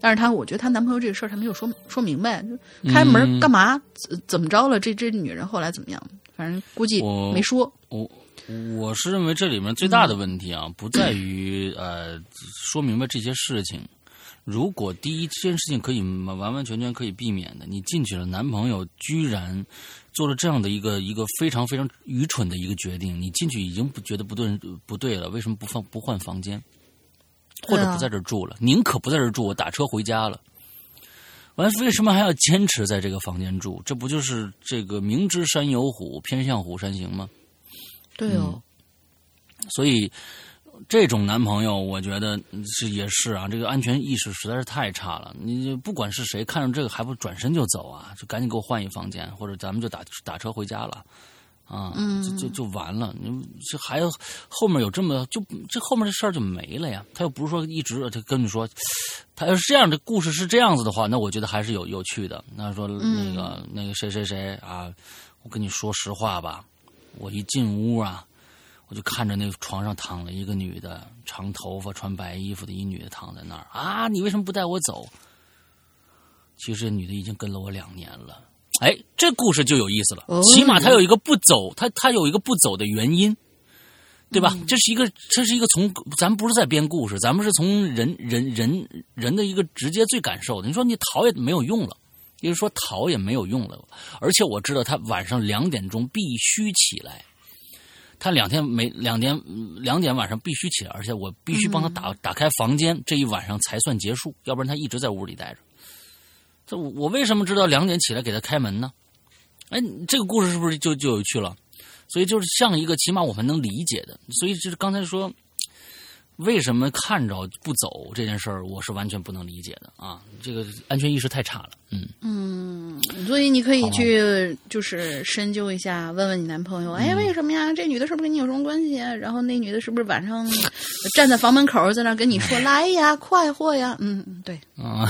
但是她我觉得她男朋友这个事儿她没有说说明白，就开门干嘛、嗯、怎么着了？这这女人后来怎么样？反正估计没说。 我我是认为这里面最大的问题啊，嗯、不在于呃说明白这些事情。如果第一这件事情可以完完全全可以避免的，你进去了，男朋友居然做了这样的一个一个非常非常愚蠢的一个决定，你进去已经不觉得不对不对了，为什么不放不换房间，或者不在这儿住了？宁可不在这儿住，我打车回家了。完，为什么还要坚持在这个房间住？这不就是这个明知山有虎，偏向虎山行吗？ 对哦， 嗯、所以。这种男朋友，我觉得是也是啊，这个安全意识实在是太差了。你不管是谁，看上这个还不转身就走啊，就赶紧给我换一房间，或者咱们就打打车回家了，啊， 嗯、 就就就完了。你这还有后面有这么就这后面这事儿就没了呀。他又不是说一直他跟你说，他要是这样的故事是这样子的话，那我觉得还是有有趣的。那说那个、嗯、那个谁谁谁啊，我跟你说实话吧，我一进屋啊。我就看着那床上躺了一个女的，长头发穿白衣服的一女的躺在那儿啊！你为什么不带我走？其实这女的已经跟了我两年了。哎，这故事就有意思了。哦、起码她有一个不走，她她有一个不走的原因，对吧？嗯、这是一个这是一个从咱们不是在编故事，咱们是从人人人人的一个直接最感受的。你说你逃也没有用了，也就是说逃也没有用了。而且我知道她晚上两点钟必须起来。他两天没两点两点晚上必须起来，而且我必须帮他打、嗯、打开房间，这一晚上才算结束，要不然他一直在屋里待着。这我为什么知道两点起来给他开门呢？哎，这个故事是不是就就有趣了？所以就是像一个起码我们能理解的。所以就是刚才说，为什么看着不走这件事儿，我是完全不能理解的啊！这个安全意识太差了。嗯嗯，所以你可以去就是深究一下，问问你男朋友，哎，为什么呀？这女的是不是跟你有什么关系啊？然后那女的是不是晚上站在房门口在那跟你说来呀，快活呀？嗯嗯，对啊，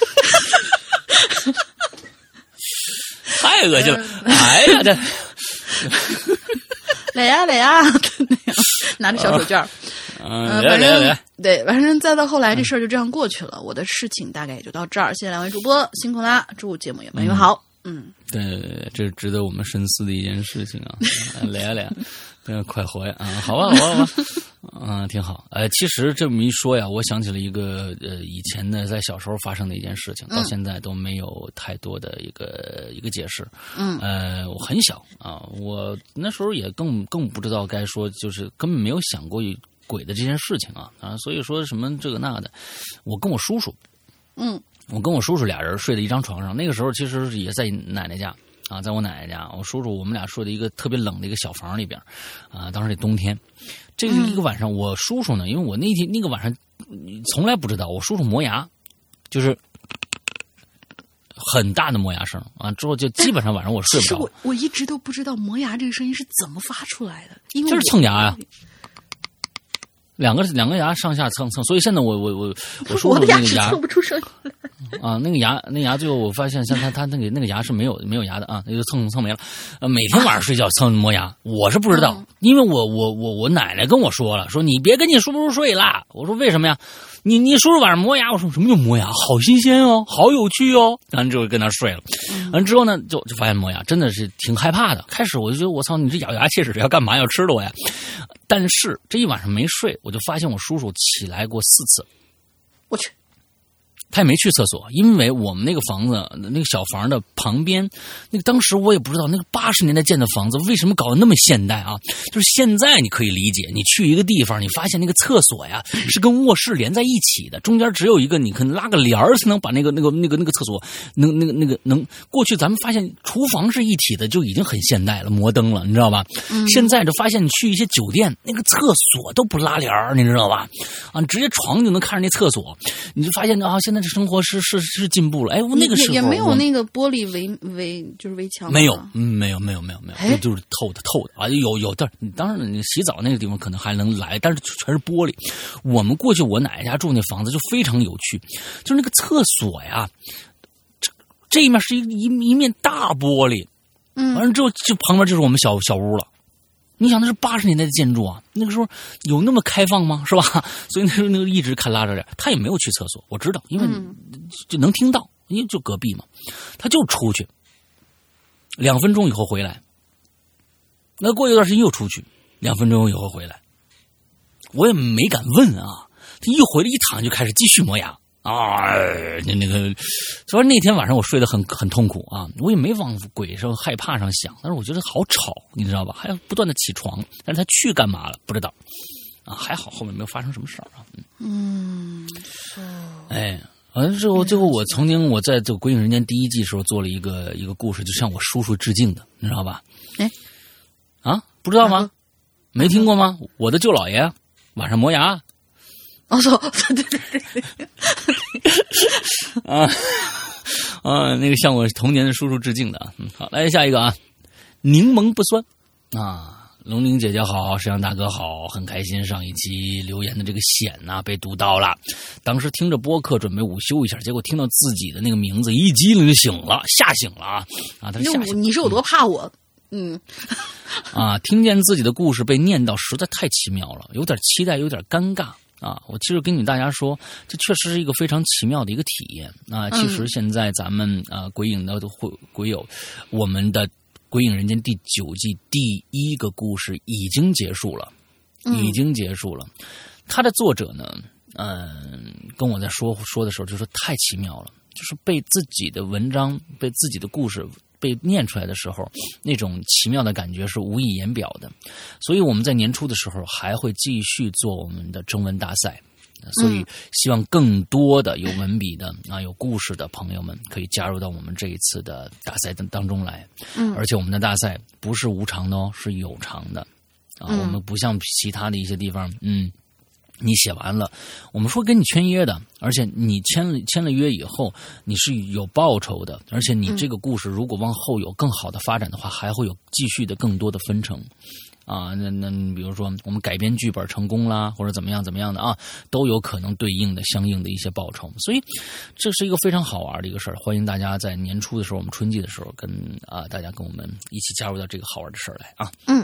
太恶心了！哎呀，这来呀来呀，拿着小手绢。 嗯，反正对，反正再到后来这事儿就这样过去了。我的事情大概也就到这儿，谢谢两位主播，辛苦啦！祝节目越办越好。嗯， 对对对，这是值得我们深思的一件事情啊！来呀来呀，对，快活呀！啊，好吧好吧好吧，嗯，挺好。呃，其实这么一说呀，我想起了一个呃以前的在小时候发生的一件事情，到现在都没有太多的一个一个解释。 嗯， 呃，我很小啊，我那时候也更更不知道该说，就是根本没有想过鬼的这件事情啊啊，所以说什么这个那的，我跟我叔叔， 嗯， 我跟我叔叔俩人睡在一张床上。那个时候其实也在奶奶家啊，在我奶奶家，我叔叔我们俩睡在一个特别冷的一个小房里边啊。当时这冬天，这一个晚上，我叔叔呢，因为我那天那个晚上从来不知道，我叔叔磨牙，就是很大的磨牙声啊。之后就基本上晚上我睡不着。 我我一直都不知道磨牙这个声音是怎么发出来的，因为就是蹭牙呀、啊。两个两个牙上下蹭蹭，所以现在我我我我叔叔那个牙蹭不出声来啊，那个牙那牙最后我发现像他他那个那个牙是没有没有牙的啊，那就蹭蹭没了。呃，每天晚上睡觉蹭磨牙，我是不知道， 嗯、 因为我我我我奶奶跟我说了，说你别跟你叔叔睡啦。我说为什么呀？你你叔叔晚上磨牙，我说什么叫磨牙？好新鲜哦，好有趣哦。然后就跟他睡了，完之后呢，就就发现磨牙真的是挺害怕的。开始我就觉得我操，你这咬牙切齿要干嘛？要吃了我呀？但是这一晚上没睡，我就发现我叔叔起来过四次。 我去。 他也没去厕所，因为我们那个房子那个小房的旁边，那个当时我也不知道那个八十年代建的房子为什么搞得那么现代啊！就是现在你可以理解，你去一个地方，你发现那个厕所呀是跟卧室连在一起的，中间只有一个你可能拉个帘儿才能把那个那个那个那个厕所能那个那个能过去。咱们发现厨房是一体的就已经很现代了，摩登了，你知道吧？ 嗯、 现在就发现你去一些酒店，那个厕所都不拉帘儿，你知道吧？啊，直接床就能看着那厕所，你就发现啊，现在。这生活是是是进步了，哎，我那个时候也没有那个玻璃围围就是围墙， 没有，嗯，没有没有没有没有，就是透的透的啊，有有的，当然你洗澡那个地方可能还能来，但是全是玻璃。我们过去我奶奶家住那房子就非常有趣，就是那个厕所呀，这这一面是一一一面大玻璃， 嗯， 完了之后就旁边就是我们小小屋了。 你想，那是八十年代的建筑啊，那个时候有那么开放吗？是吧？所以那时候那个一直看拉着点，他也没有去厕所，我知道，因为就能听到，因为就隔壁嘛，他就出去，两分钟以后回来，那过一段时间又出去，两分钟以后回来，我也没敢问啊，他一回来一躺就开始继续磨牙。啊，那那个，所以那天晚上我睡得很很痛苦啊，我也没往鬼上害怕上想，但是我觉得好吵，你知道吧？还要不断的起床，但是他去干嘛了？不知道啊，还好后面没有发生什么事儿啊。嗯，哎，反正最后最后我曾经我在这个《鬼影人间》第一季时候做了一个一个故事，就向我叔叔致敬的，你知道吧？ 哎， 啊，不知道吗？没听过吗？我的舅姥爷晚上磨牙。 哦，说对对对对， 啊啊，那个向我童年的叔叔致敬的啊。嗯，好，来下一个啊，柠檬不酸啊，龙玲姐姐好，沈阳大哥好，很开心上一期留言的这个险呐、啊、被读到了。当时听着播客准备午休一下，结果听到自己的那个名字，一激灵就醒了，吓醒了啊啊！他吓醒， 你是有多怕我？嗯， 啊，听见自己的故事被念到，实在太奇妙了，有点期待，有点尴尬。啊，我其实跟你大家说，这确实是一个非常奇妙的一个体验啊。其实现在咱们啊，鬼影的会鬼友，我们的《鬼影人间》第九季第一个故事已经结束了，已经结束了。嗯、他的作者呢，嗯，跟我在说说的时候就说太奇妙了，就是被自己的文章、被自己的故事被念出来的时候，那种奇妙的感觉是无以言表的。所以我们在年初的时候还会继续做我们的征文大赛，所以希望更多的有文笔的啊有故事的朋友们可以加入到我们这一次的大赛当中来。嗯，而且我们的大赛不是无偿的哦，是有偿的啊。我们不像其他的一些地方，嗯。你写完了，我们说跟你签约的，而且你签了签了约以后，你是有报酬的，而且你这个故事如果往后有更好的发展的话，还会有继续的更多的分成，啊，那那比如说我们改编剧本成功啦，或者怎么样怎么样的啊，都有可能对应的相应的一些报酬，所以这是一个非常好玩的一个事儿，欢迎大家在年初的时候，我们春季的时候跟啊大家跟我们一起加入到这个好玩的事儿来啊，嗯。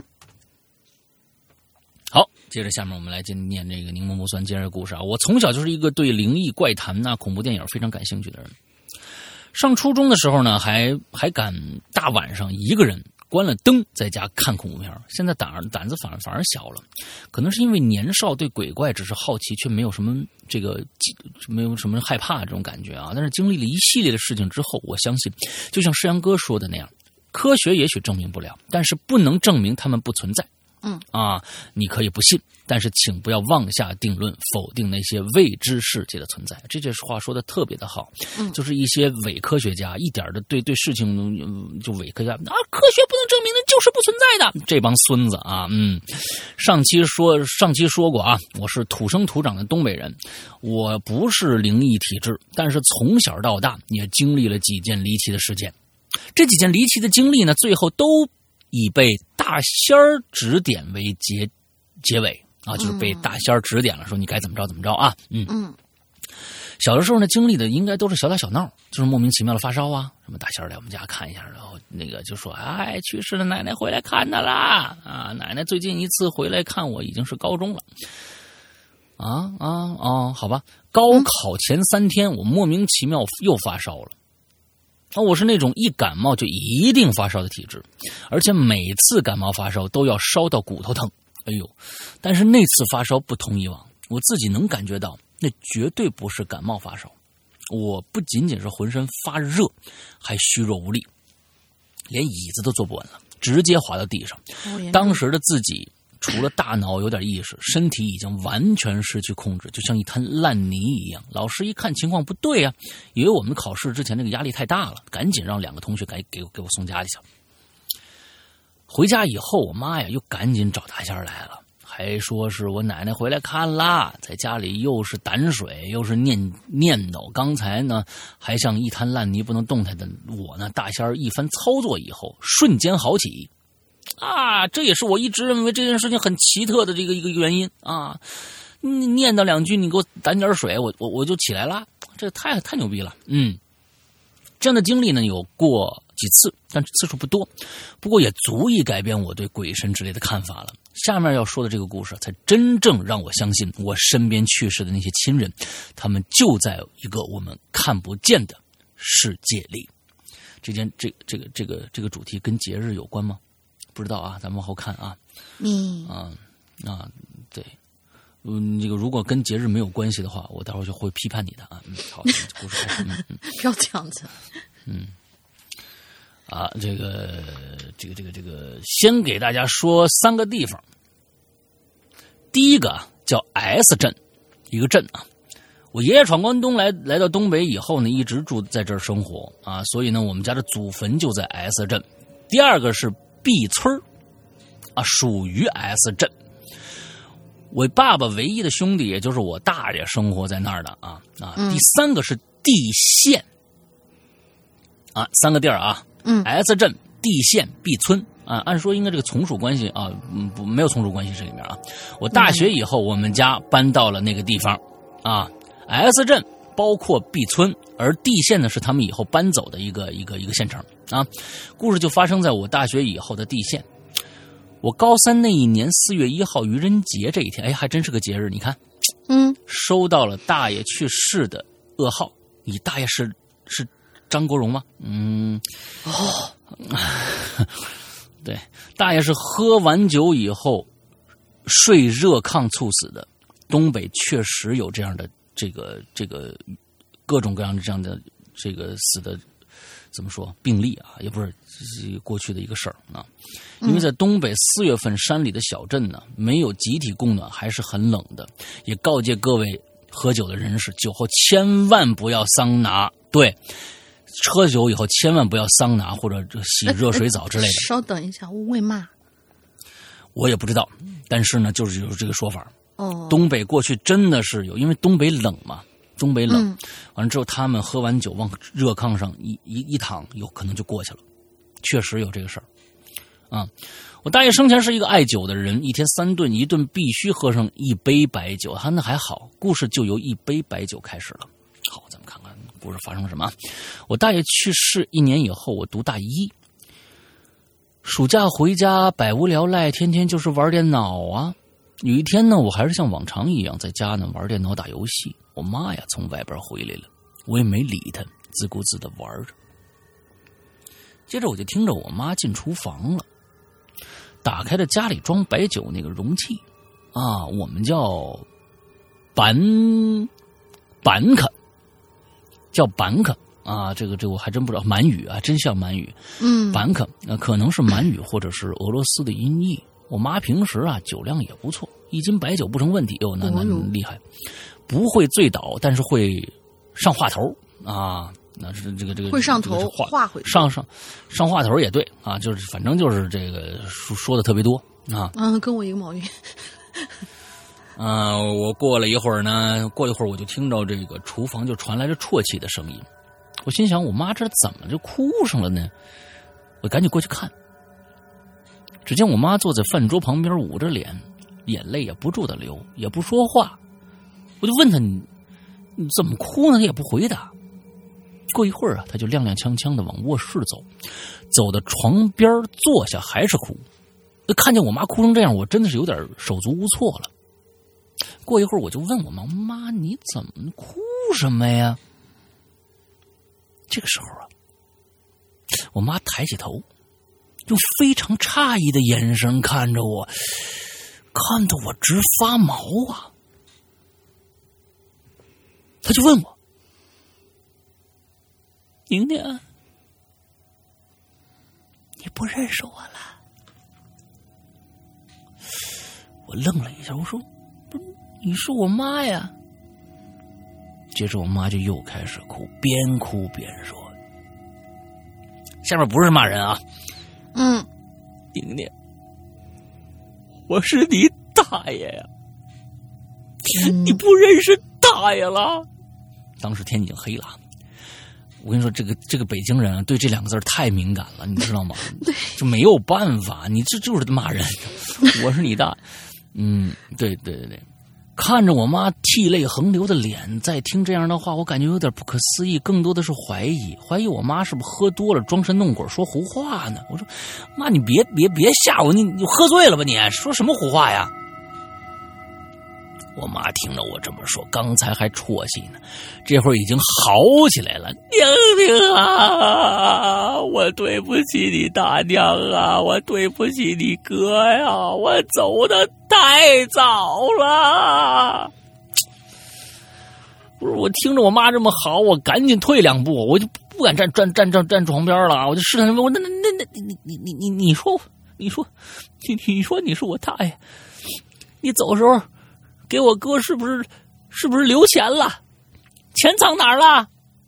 好，接着下面我们来念这个柠檬不酸今日故事啊。我从小就是一个对灵异怪谈呐、啊、恐怖电影非常感兴趣的人。上初中的时候呢，还还敢大晚上一个人关了灯在家看恐怖片。现在胆胆子反而反而小了，可能是因为年少对鬼怪只是好奇，却没有什么这个没有什么害怕这种感觉啊。但是经历了一系列的事情之后，我相信，就像世阳哥说的那样，科学也许证明不了，但是不能证明他们不存在。嗯啊，你可以不信，但是请不要妄下定论，否定那些未知世界的存在。这句话说的特别的好，嗯，就是一些伪科学家一点的对对事情就伪科学家啊，科学不能证明的就是不存在的，这帮孙子啊，嗯，上期说上期说过啊，我是土生土长的东北人，我不是灵异体质，但是从小到大也经历了几件离奇的事件，这几件离奇的经历呢，最后都以被大仙儿指点为结结尾啊，就是被大仙儿指点了，说你该怎么着怎么着啊。嗯嗯，小的时候呢，经历的应该都是小打小闹，就是莫名其妙的发烧啊，什么大仙儿来我们家看一下，然后那个就说，哎，去世的奶奶回来看他啦啊，奶奶最近一次回来看我已经是高中了。啊啊哦，好吧，高考前三天，我莫名其妙又发烧了。啊，我是那种一感冒就一定发烧的体质，而且每次感冒发烧都要烧到骨头疼。哎呦，但是那次发烧不同以往，我自己能感觉到那绝对不是感冒发烧，我不仅仅是浑身发热，还虚弱无力，连椅子都坐不稳了，直接滑到地上。当时的自己除了大脑有点意识，身体已经完全失去控制，就像一滩烂泥一样。老师一看情况不对啊，以为我们考试之前这个压力太大了，赶紧让两个同学给给给我送家里去。回家以后，我妈呀又赶紧找大仙来了，还说是我奶奶回来看啦，在家里又是胆水又是念念叨。刚才呢还像一滩烂泥不能动弹的我呢，大仙一番操作以后，瞬间好起。啊，这也是我一直认为这件事情很奇特的这个一个原因啊！念叨两句，你给我胆点水，我我我就起来了，这太太牛逼了。嗯，这样的经历呢有过几次，但次数不多，不过也足以改变我对鬼神之类的看法了。下面要说的这个故事才真正让我相信我身边去世的那些亲人，他们就在一个我们看不见的世界里。这件这这个这个这个主题跟节日有关吗？不知道啊，咱们往后看啊。 嗯啊啊，对。嗯，这个如果跟节日没有关系的话，我待会儿就会批判你的啊。嗯，好，故事开始。嗯嗯， 不要这样子。 嗯，啊，这个这个这个这个，先给大家说三个地方。第一个叫 S 镇，一个镇啊。我爷爷闯关东来来到东北以后呢，一直住在这儿生活啊，所以呢，我们家的祖坟就在 S 镇。第二个是 B 村啊，属于 S 镇。我爸爸唯一的兄弟，也就是我大爷，生活在那儿的啊啊。 嗯、 第三个是地县啊，三个地儿啊， 嗯 ，S 镇、地县、B 村啊。按说应该这个从属关系啊，嗯，不，没有从属关系这里面啊。我大学以后，我们家搬到了那个地方啊 ，S 镇包括 B 村，而地县呢是他们以后搬走的一个一个一个县城啊。故事就发生在我大学以后的地县。我高三那一年四月一号愚人节这一天，哎，还真是个节日。你看， 嗯， 收到了大爷去世的噩耗。你大爷是是张国荣吗？嗯， 哦， 对，大爷是喝完酒以后睡热炕猝死的。东北确实有这样的这个这个各种各样的这样的这个死的。怎么说病例啊，也不是过去的一个事儿啊，因为在东北四月份山里的小镇呢，没有集体供暖，还是很冷的。也告诫各位喝酒的人士，酒后千万不要桑拿，对，喝酒以后千万不要桑拿或者洗热水澡之类的。 稍等一下，为嘛？ 我也不知道，但是呢，就是有这个说法。 哦， 东北过去真的是有，因为东北冷嘛。东北冷， 嗯、 完了之后，他们喝完酒往热炕上一一一躺，有可能就过去了，确实有这个事儿。啊，我大爷生前是一个爱酒的人，一天三顿，一顿必须喝上一杯白酒。他那还好，故事就由一杯白酒开始了。好，咱们看看故事发生了什么。我大爷去世一年以后，我读大一，暑假回家百无聊赖，天天就是玩电脑啊。有一天呢，我还是像往常一样在家呢玩电脑打游戏。我妈呀从外边回来了，我也没理她，自顾自的玩着。接着我就听着我妈进厨房了，打开了家里装白酒那个容器啊，我们叫板板卡，叫板卡啊，这个这个我还真不知道，满语啊，真像满语。 嗯， 板卡那、呃、可能是满语或者是俄罗斯的音译。我妈平时啊酒量也不错，一斤白酒不成问题。哟，那那厉害。不会醉倒，但是会上话头啊！那是这个这个会上头， 话话会上上上话头也对啊，就是反正就是这个说说的特别多啊。 嗯，跟我一个毛病。 啊，我过了一会儿呢，过了一会儿我就听到这个厨房就传来了啜泣的声音。我心想，我妈这怎么就哭上了呢？我赶紧过去看，只见我妈坐在饭桌旁边，捂着脸，眼泪也不住的流，也不说话。我就问他，你你怎么哭呢？他也不回答。过一会儿啊，他就踉踉跄跄的往卧室走，走到床边坐下，还是哭。看见我妈哭成这样，我真的是有点手足无措了。过一会儿，我就问我妈：“妈，你怎么哭什么呀？”这个时候啊，我妈抬起头，用非常诧异的眼神看着我，看得我直发毛啊。他就问我：“宁宁，你不认识我了？”我愣了一下，我说：“不，你是我妈呀。”接着我妈就又开始哭，边哭边说：“下面不是骂人啊， 嗯， 宁宁，我是你大爷呀，嗯、你不认识大爷了？”当时天已经黑了，我跟你说，这个这个北京人啊，对这两个字太敏感了，你知道吗？就没有办法，你这就是骂人。我是你大，嗯，对对对对， 看着我妈涕泪横流的脸，再听这样的话，我感觉有点不可思议，更多的是怀疑，怀疑我妈是不是喝多了，装神弄鬼说胡话呢？我说妈，你别别别吓我，你你喝醉了吧你？说什么胡话呀？我妈听着我这么说，刚才还啜泣呢，这会儿已经嚎起来了。娘娘啊，我对不起你大娘啊，我对不起你哥呀，我走的太早了。不是，我听着我妈这么嚎，我赶紧退两步，我就不敢站站站站站床边了，我就试探问我那那那那你你你你你说你说你你说你是我大爷，你走的时候给我哥是不是是不是留钱了？钱藏哪儿了？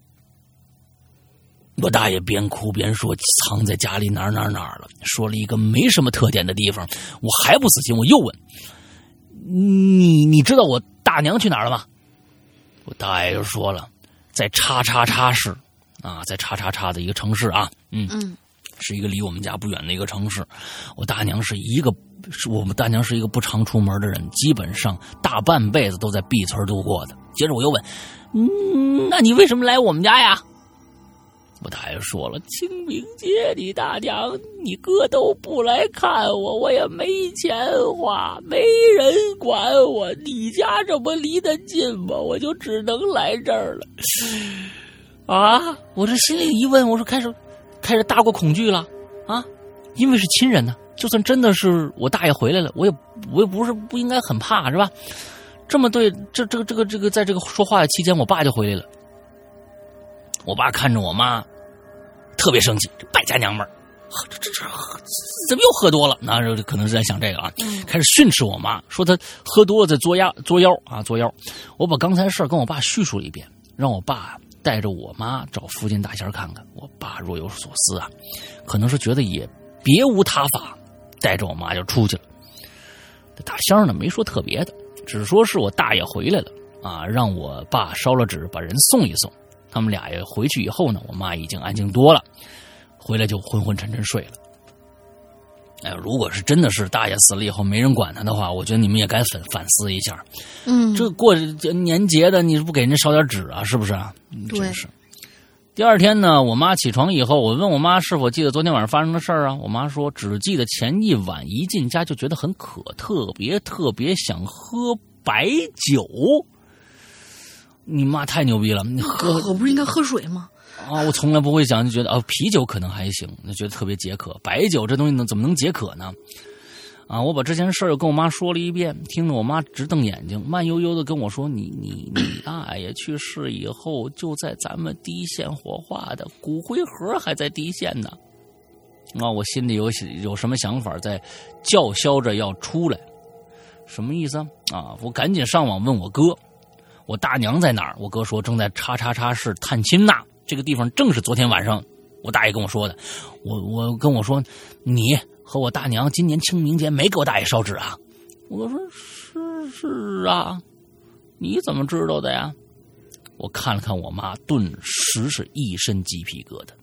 我大爷边哭边说藏在家里哪儿哪儿哪儿了，说了一个没什么特点的地方。我还不死心，我又问你你知道我大娘去哪儿了吗？我大爷就说了，在叉叉叉市啊，在叉叉叉的一个城市啊，嗯嗯，是一个离我们家不远的一个城市。我大娘是一个是我们大娘是一个不常出门的人，基本上大半辈子都在碧村度过的。接着我又问，嗯，那你为什么来我们家呀？我大爷说了，清明节你大娘你哥都不来看我，我也没钱花，没人管我，你家这么离得近吗？我就只能来这儿了。啊，我这心里一问，我说开始开始大过恐惧了啊，因为是亲人呢，就算真的是我大爷回来了，我也我也不是不应该很怕是吧？这么对，这这个这个这个，在这个说话的期间，我爸就回来了。我爸看着我妈，特别生气，这败家娘们儿，这这这怎么又喝多了？那可能是在想这个啊，开始训斥我妈，说她喝多了在作妖作妖啊作妖。我把刚才事儿跟我爸叙述了一遍，让我爸带着我妈找附近大仙看看。我爸若有所思啊，可能是觉得也别无他法，带着我妈就出去了。这大仙呢没说特别的，只说是我大爷回来了啊，让我爸烧了纸把人送一送。他们俩也回去以后呢，我妈已经安静多了，回来就昏昏沉沉睡了。哎，如果是真的是大爷死了以后没人管他的话，我觉得你们也该反反思一下。 嗯， 这过年节的，你不给人烧点纸啊？是不是啊？ 对。 真是。第二天呢，我妈起床以后，我问我妈是否记得昨天晚上发生的事儿啊？我妈说只记得前一晚一进家就觉得很渴，特别特别想喝白酒。你妈太牛逼了！你喝我不是应该喝水吗？ 啊，我从来不会想，就觉得啊，啤酒可能还行，就觉得特别解渴。白酒这东西能怎么能解渴呢？啊，我把这件事儿又跟我妈说了一遍，听得我妈直瞪眼睛，慢悠悠的跟我说：“你你你大爷去世以后，就在咱们滴县火化的，骨灰盒还在滴县呢。”啊，我心里有有什么想法，在叫嚣着要出来，什么意思啊？啊，我赶紧上网问我哥。我大娘在哪儿？我哥说正在叉叉叉市探亲呐，这个地方正是昨天晚上我大爷跟我说的。我我跟我说，你和我大娘今年清明节没给我大爷烧纸啊？我说是是啊，你怎么知道的呀？我看了看我妈，顿时是一身鸡皮疙瘩。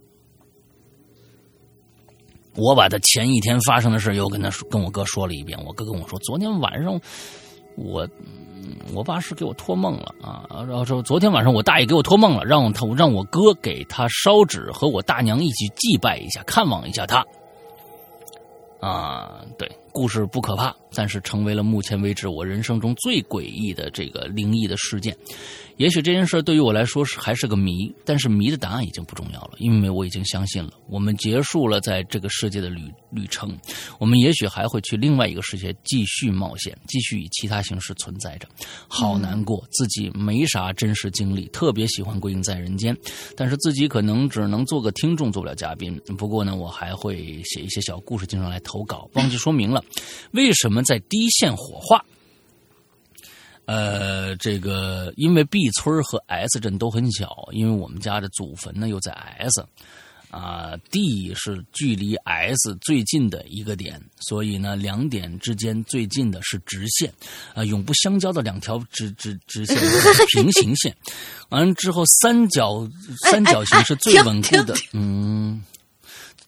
我把他前一天发生的事又跟他跟我哥说了一遍。我哥跟我说，昨天晚上我。我爸是给我托梦了啊，然后说昨天晚上我大爷给我托梦了，让他让我哥给他烧纸，和我大娘一起祭拜一下，看望一下他。啊，对，故事不可怕，但是成为了目前为止我人生中最诡异的这个灵异的事件。也许这件事对于我来说是还是个谜，但是谜的答案已经不重要了，因为我已经相信了，我们结束了在这个世界的旅旅程，我们也许还会去另外一个世界继续冒险，继续以其他形式存在着。好难过，自己没啥真实经历，特别喜欢归隐在人间，但是自己可能只能做个听众，做不了嘉宾。不过呢，我还会写一些小故事经常来投稿。忘记说明了，为什么在滴县火化？呃，这个因为 B 村和 S 镇都很小，因为我们家的祖坟呢又在 S， 啊 ，D 是距离 S 最近的一个点，所以呢，两点之间最近的是直线，啊，永不相交的两条直直直线平行线，完了之后三角三角形是最稳固的，嗯。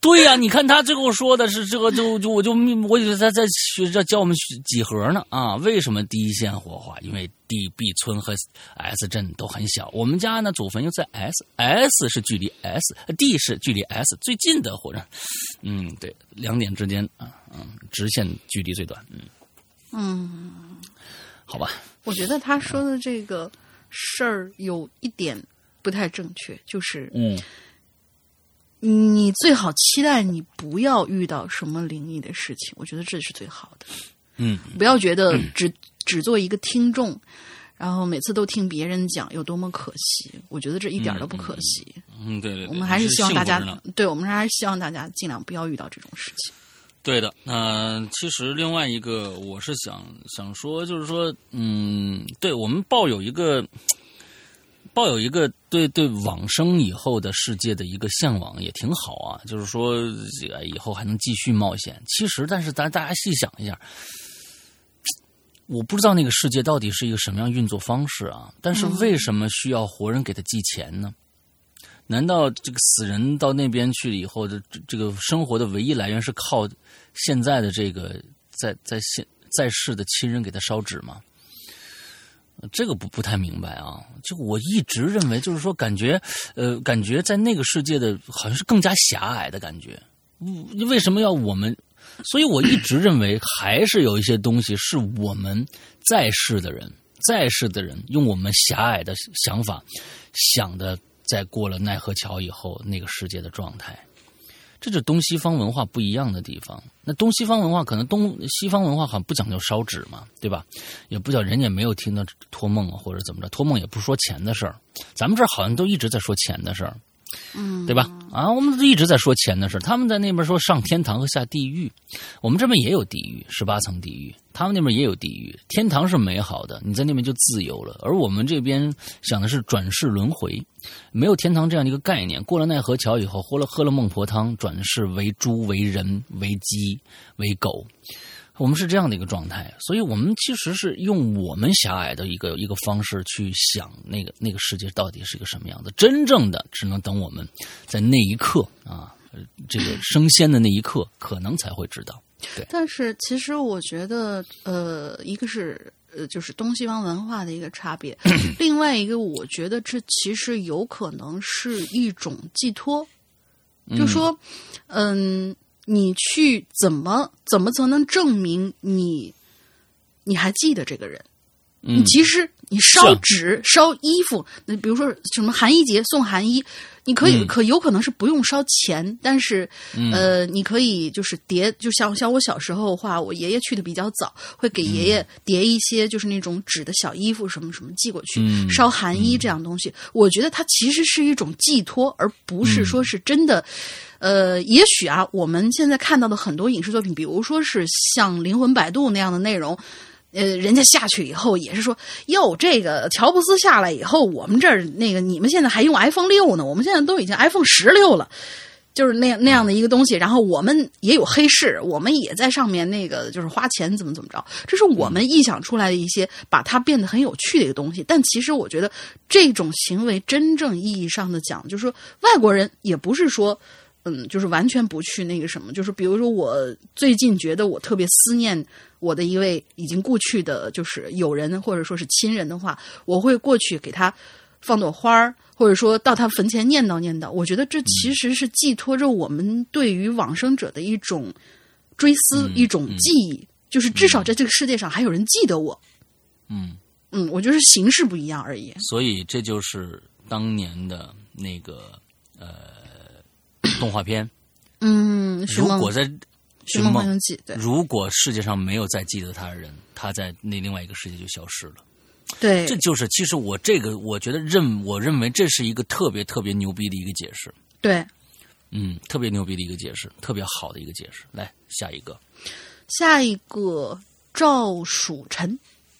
对呀、啊，你看他最后说的是这个，就就我就我以为他在学着教我们几何呢啊？为什么第一线活化？因为 D、B 村和 S 镇都很小，我们家呢祖坟又在 S，S 是距离 S，D 是距离 S 最近的火站。嗯，对，两点之间啊，嗯，直线距离最短。嗯嗯， 好吧。 我觉得他说的这个事儿有一点不太正确，就是嗯。 你最好期待你不要遇到什么灵异的事情，我觉得这是最好的。 嗯， 不要觉得只、嗯、只做一个听众，然后每次都听别人讲有多么可惜。我觉得这一点都不可惜。 嗯，对 对, 对， 我们还是希望大家，对我们还是希望大家尽量不要遇到这种事情。 对的，那、呃、其实另外一个我是想想说，就是说，嗯，对我们抱有一个。抱有一个对对往生以后的世界的一个向往也挺好啊，就是说以后还能继续冒险。其实，但是咱大家细想一下，我不知道那个世界到底是一个什么样运作方式啊。但是为什么需要活人给他寄钱呢？嗯、难道这个死人到那边去了以后的这个生活的唯一来源是靠现在的这个在在现在世的亲人给他烧纸吗？这个不不太明白啊，就我一直认为，就是说，感觉，呃，感觉在那个世界的好像是更加狭隘的感觉。嗯，为什么要我们？所以我一直认为，还是有一些东西是我们在世的人，在世的人用我们狭隘的想法想的，在过了奈何桥以后那个世界的状态。这是东西方文化不一样的地方。那东西方文化可能东西方文化好像不讲究烧纸嘛，对吧？也不叫人家没有听到托梦啊，或者怎么着，托梦也不说钱的事儿。咱们这儿好像都一直在说钱的事儿， 嗯， 对吧？啊，我们一直在说钱的事儿。他们在那边说上天堂和下地狱，我们这边也有地狱，十八层地狱，他们那边也有地狱。天堂是美好的，你在那边就自由了，而我们这边想的是转世轮回。没有天堂这样的一个概念，过了奈何桥以后，喝了喝了孟婆汤，转世为猪、为人、为鸡、为狗，我们是这样的一个状态。所以我们其实是用我们狭隘的一个一个方式去想那个那个世界到底是一个什么样的。真正的只能等我们在那一刻啊，这个升仙的那一刻，可能才会知道。对， 但是其实我觉得，呃，一个是。呃，就是东西方文化的一个差别，另外一个，我觉得这其实有可能是一种寄托，嗯、就说，嗯，你去怎么怎么才能证明你你还记得这个人？ 嗯， 你其实你烧纸、烧衣服，那比如说什么寒衣节送寒衣。你可以、嗯、可有可能是不用烧钱，但是、嗯、呃，你可以就是叠，就像像我小时候的话，我爷爷去的比较早，会给爷爷叠一些就是那种纸的小衣服什么什么寄过去，嗯、烧寒衣这样东西。嗯、我觉得它其实是一种寄托，而不是说是真的。嗯、呃，也许啊，我们现在看到的很多影视作品，比如说是像《灵魂摆渡》那样的内容。呃，人家下去以后也是说，哟，这个乔布斯下来以后，我们这儿那个你们现在还用 iPhone 六呢，我们现在都已经 iPhone 十六了，就是那那样的一个东西。然后我们也有黑市，我们也在上面那个就是花钱怎么怎么着，这是我们臆想出来的一些把它变得很有趣的一个东西。但其实我觉得这种行为真正意义上的讲，就是说外国人也不是说。嗯，就是完全不去那个什么，就是比如说我最近觉得我特别思念我的一位已经故去的，就是友人或者说是亲人的话，我会过去给他放朵花儿，或者说到他坟前念叨念叨。我觉得这其实是寄托着我们对于往生者的一种追思，嗯、一种记忆，嗯、就是至少在这个世界上还有人记得我。 嗯嗯，我觉得是形式不一样而已。 所以这就是当年的那个呃。动画片， 嗯， 如果在《 寻梦环游记》，对， 如果世界上没有再记得他的人，他在那另外一个世界就消失了。 对， 这就是其实我这个我觉得认我认为这是一个特别特别牛逼的一个解释。 对， 嗯，特别牛逼的一个解释，特别好的一个解释。来，下一个， 下一个赵蜀臣。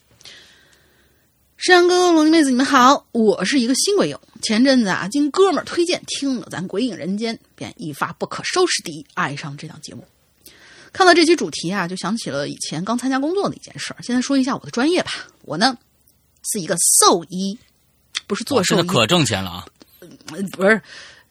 山羊哥哥、龙妹子，你们好，我是一个新鬼友。前阵子啊，经哥们儿推荐听了咱《鬼影人间》，便一发不可收拾地爱上这档节目。看到这期主题啊，就想起了以前刚参加工作的一件事儿。现在说一下我的专业吧，我呢是一个兽医，不是做兽医， 哦、可挣钱了啊！ 呃、不是，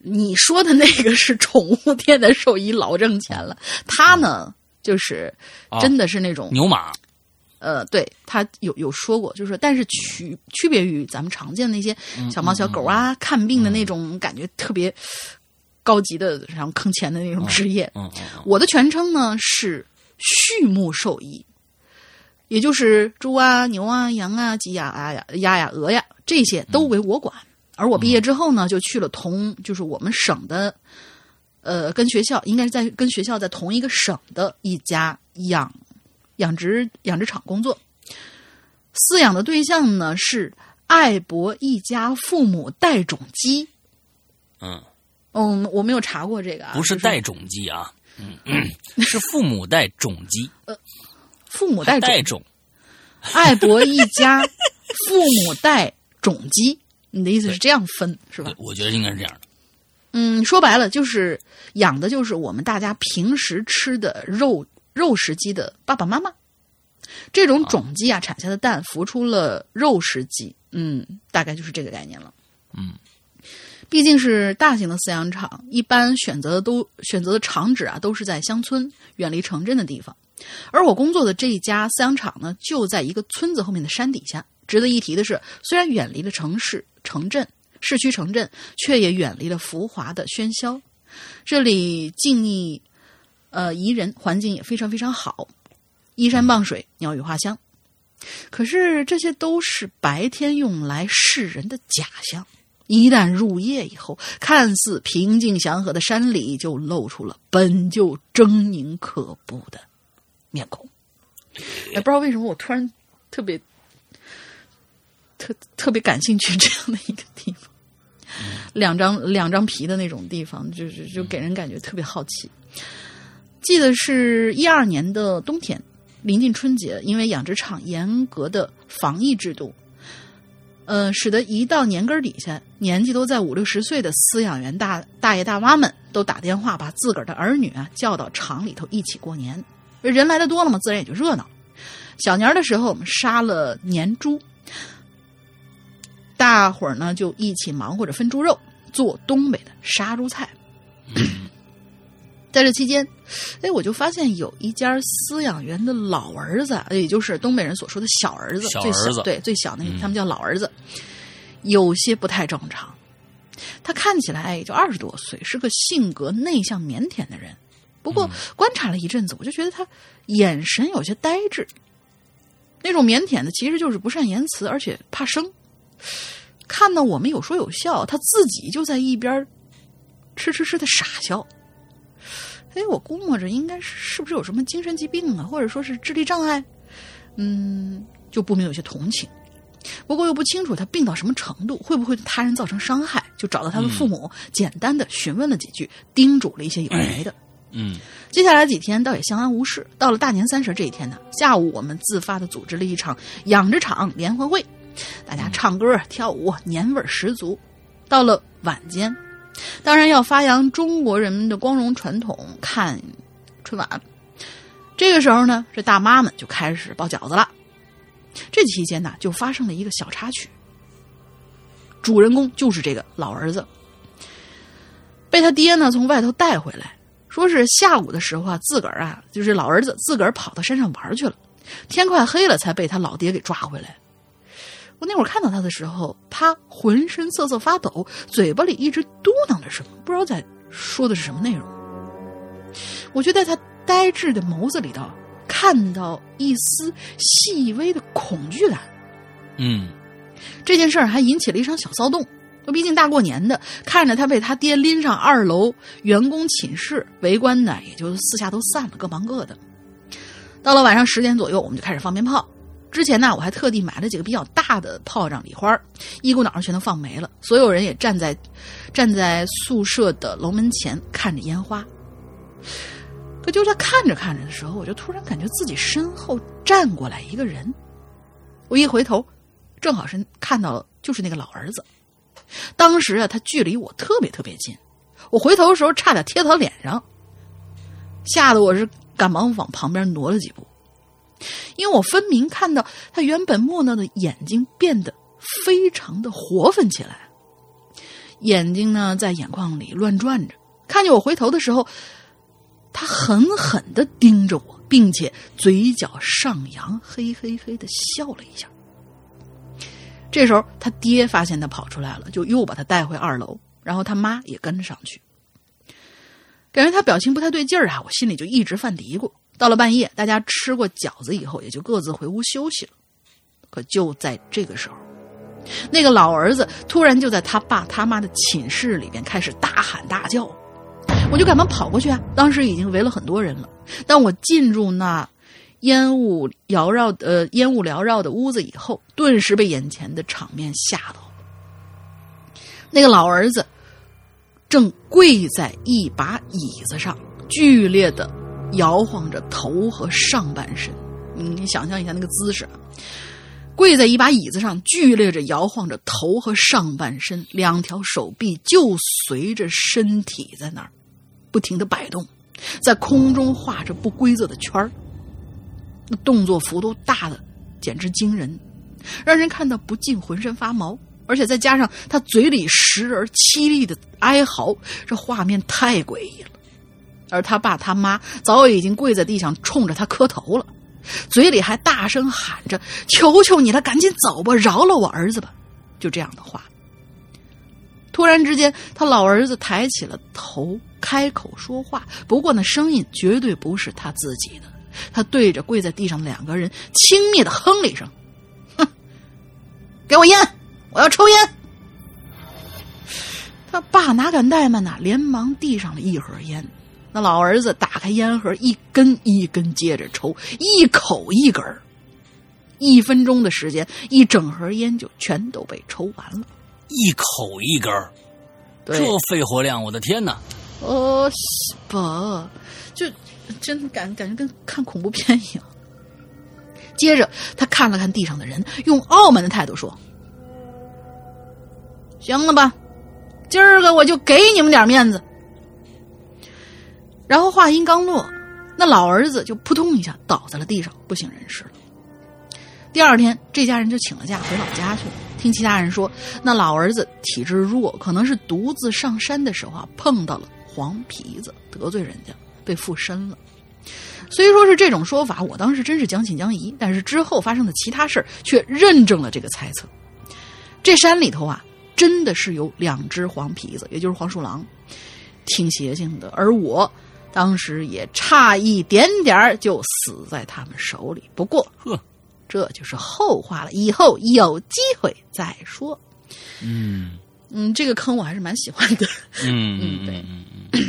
你说的那个是宠物店的兽医老挣钱了，他呢就是真的是那种、 哦、牛马。 呃，对，他有有说过，就是说，但是区区别于咱们常见的那些小猫小狗啊，嗯、看病的那种感觉特别高级的，然后坑钱的那种职业。 嗯嗯嗯、 我的全称呢是畜牧兽医，也就是猪啊、牛啊、羊啊、鸡呀、鸭呀、鸭呀、鹅呀这些都为我管。嗯、而我毕业之后呢，就去了同就是我们省的，呃，跟学校应该是在跟学校在同一个省的一家养。养殖养殖场工作，饲养的对象呢是艾博一家父母代种鸡。 嗯， 嗯，我没有查过这个啊， 不是代种鸡啊，就是、嗯，是父母代种鸡。 呃，父母代种， 代种， 艾博一家父母代种鸡，你的意思是这样分是吧？ 我觉得应该是这样的。 嗯，说白了就是养的就是我们大家平时吃的肉。肉食鸡的爸爸妈妈，这种种鸡啊产下的蛋孵出了肉食鸡，嗯，大概就是这个概念了。 嗯， 毕竟是大型的饲养场，一般选择的都选择的场址啊都是在乡村、远离城镇的地方。而我工作的这一家饲养场呢，就在一个村子后面的山底下。值得一提的是，虽然远离了城市、城镇、市区、城镇，却也远离了浮华的喧嚣。这里静谧。呃，宜人，环境也非常非常好，依山傍水，鸟语花香。可是这些都是白天用来示人的假象，一旦入夜以后，看似平静祥和的山里就露出了本就狰狞可怖的面孔。也不知道为什么我突然特别特特别感兴趣这样的一个地方，两张两张皮的那种地方，就是就给人感觉特别好奇。记得是一二年的冬天，临近春节，因为养殖场严格的防疫制度，呃，使得一到年根底下，年纪都在五六十岁的饲养员大大爷大妈们都打电话把自个儿的儿女啊叫到厂里头一起过年。人来的多了嘛，自然也就热闹。小年的时候，我们杀了年猪，大伙儿呢就一起忙活着分猪肉，做东北的杀猪菜。在这期间，哎，我就发现有一家饲养员的老儿子，也就是东北人所说的小儿子， 小儿子最小对最小那个，他们叫老儿子，嗯、有些不太正常。他看起来也就二十多岁，是个性格内向腼腆的人。不过、嗯、观察了一阵子，我就觉得他眼神有些呆滞。那种腼腆的其实就是不善言辞，而且怕生。看到我们有说有笑，他自己就在一边吃吃吃的傻笑。哎，我估摸着应该是是不是有什么精神疾病啊，或者说是智力障碍，嗯，就不免有些同情。不过又不清楚他病到什么程度，会不会对他人造成伤害，就找到他的父母，嗯、简单的询问了几句，叮嘱了一些有的没的。 嗯， 接下来几天倒也相安无事。到了大年三十这一天呢，下午我们自发的组织了一场养殖场联欢会，大家唱歌、跳舞，年味十足。到了晚间。当然要发扬中国人民的光荣传统，看春晚。这个时候呢，这大妈们就开始包饺子了。这期间呢，就发生了一个小插曲。主人公就是这个老儿子，被他爹呢从外头带回来，说是下午的时候啊，自个儿啊，就是老儿子自个儿跑到山上玩去了，天快黑了才被他老爹给抓回来。我那会儿看到他的时候，他浑身瑟瑟发抖，嘴巴里一直嘟囔着什么，不知道在说的是什么内容。我就在他呆滞的眸子里头看到一丝细微的恐惧感。 嗯， 这件事儿还引起了一场小骚动。毕竟大过年的，看着他被他爹拎上二楼员工寝室，围观的也就四下都散了，各忙各的。到了晚上十点左右，我们就开始放鞭炮。之前呢，我还特地买了几个比较大的炮仗礼花，一股脑儿全都放没了。所有人也站在站在宿舍的楼门前看着烟花。可就在看着看着的时候，我就突然感觉自己身后站过来一个人。我一回头，正好是看到了，就是那个老儿子。当时啊，他距离我特别特别近，我回头的时候差点贴到他脸上，吓得我是赶忙往旁边挪了几步。因为我分明看到他原本木讷的眼睛变得非常的活泛起来， 眼睛呢在眼眶里乱转着。看见我回头的时候，他狠狠地盯着我，并且嘴角上扬，嘿嘿嘿地笑了一下。这时候他爹发现他跑出来了，就又把他带回二楼，然后他妈也跟着上去。感觉他表情不太对劲儿啊，我心里就一直犯嘀咕。到了半夜，大家吃过饺子以后，也就各自回屋休息了。可就在这个时候，那个老儿子突然就在他爸他妈的寝室里边开始大喊大叫，我就赶忙跑过去啊。当时已经围了很多人了，当我进入那烟雾缭绕呃烟雾缭绕的屋子以后，顿时被眼前的场面吓到了。那个老儿子正跪在一把椅子上，剧烈的摇晃着头和上半身。嗯，你想象一下那个姿势，跪在一把椅子上，剧烈着摇晃着头和上半身，两条手臂就随着身体在那儿不停地摆动，在空中画着不规则的圈儿，那动作幅度大的简直惊人，让人看到不禁浑身发毛。而且再加上他嘴里时而凄厉的哀嚎，这画面太诡异了。而他爸他妈早已经跪在地上冲着他磕头了，嘴里还大声喊着求求你了，赶紧走吧，饶了我儿子吧，就这样的话。突然之间，他老儿子抬起了头，开口说话，不过那声音绝对不是他自己的。他对着跪在地上的两个人轻蔑的哼了一声，哼，给我烟，我要抽烟。他爸哪敢怠慢呐，连忙递上了一盒烟。那老儿子打开烟盒，一根一根接着抽，一口一根儿。一分钟的时间，一整盒烟就全都被抽完了。 一口一根儿，这肺活量，我的天哪！ 哦，不，就真感感觉跟看恐怖片一样。接着，他看了看地上的人，用傲慢的态度说：“行了吧，今儿个我就给你们点面子。”然后话音刚落，那老儿子就扑通一下倒在了地上，不省人事了。第二天，这家人就请了假回老家去了。听其他人说，那老儿子体质弱，可能是独自上山的时候啊碰到了黄皮子，得罪人家，被附身了。虽说是这种说法，我当时真是将信将疑，但是之后发生的其他事儿却认证了这个猜测。这山里头啊，真的是有两只黄皮子，也就是黄鼠狼，挺邪性的。而我当时也差一点点就死在他们手里。不过，呵，这就是后话了，以后有机会再说。 嗯嗯，这个坑我还是蛮喜欢的。 嗯嗯对嗯嗯。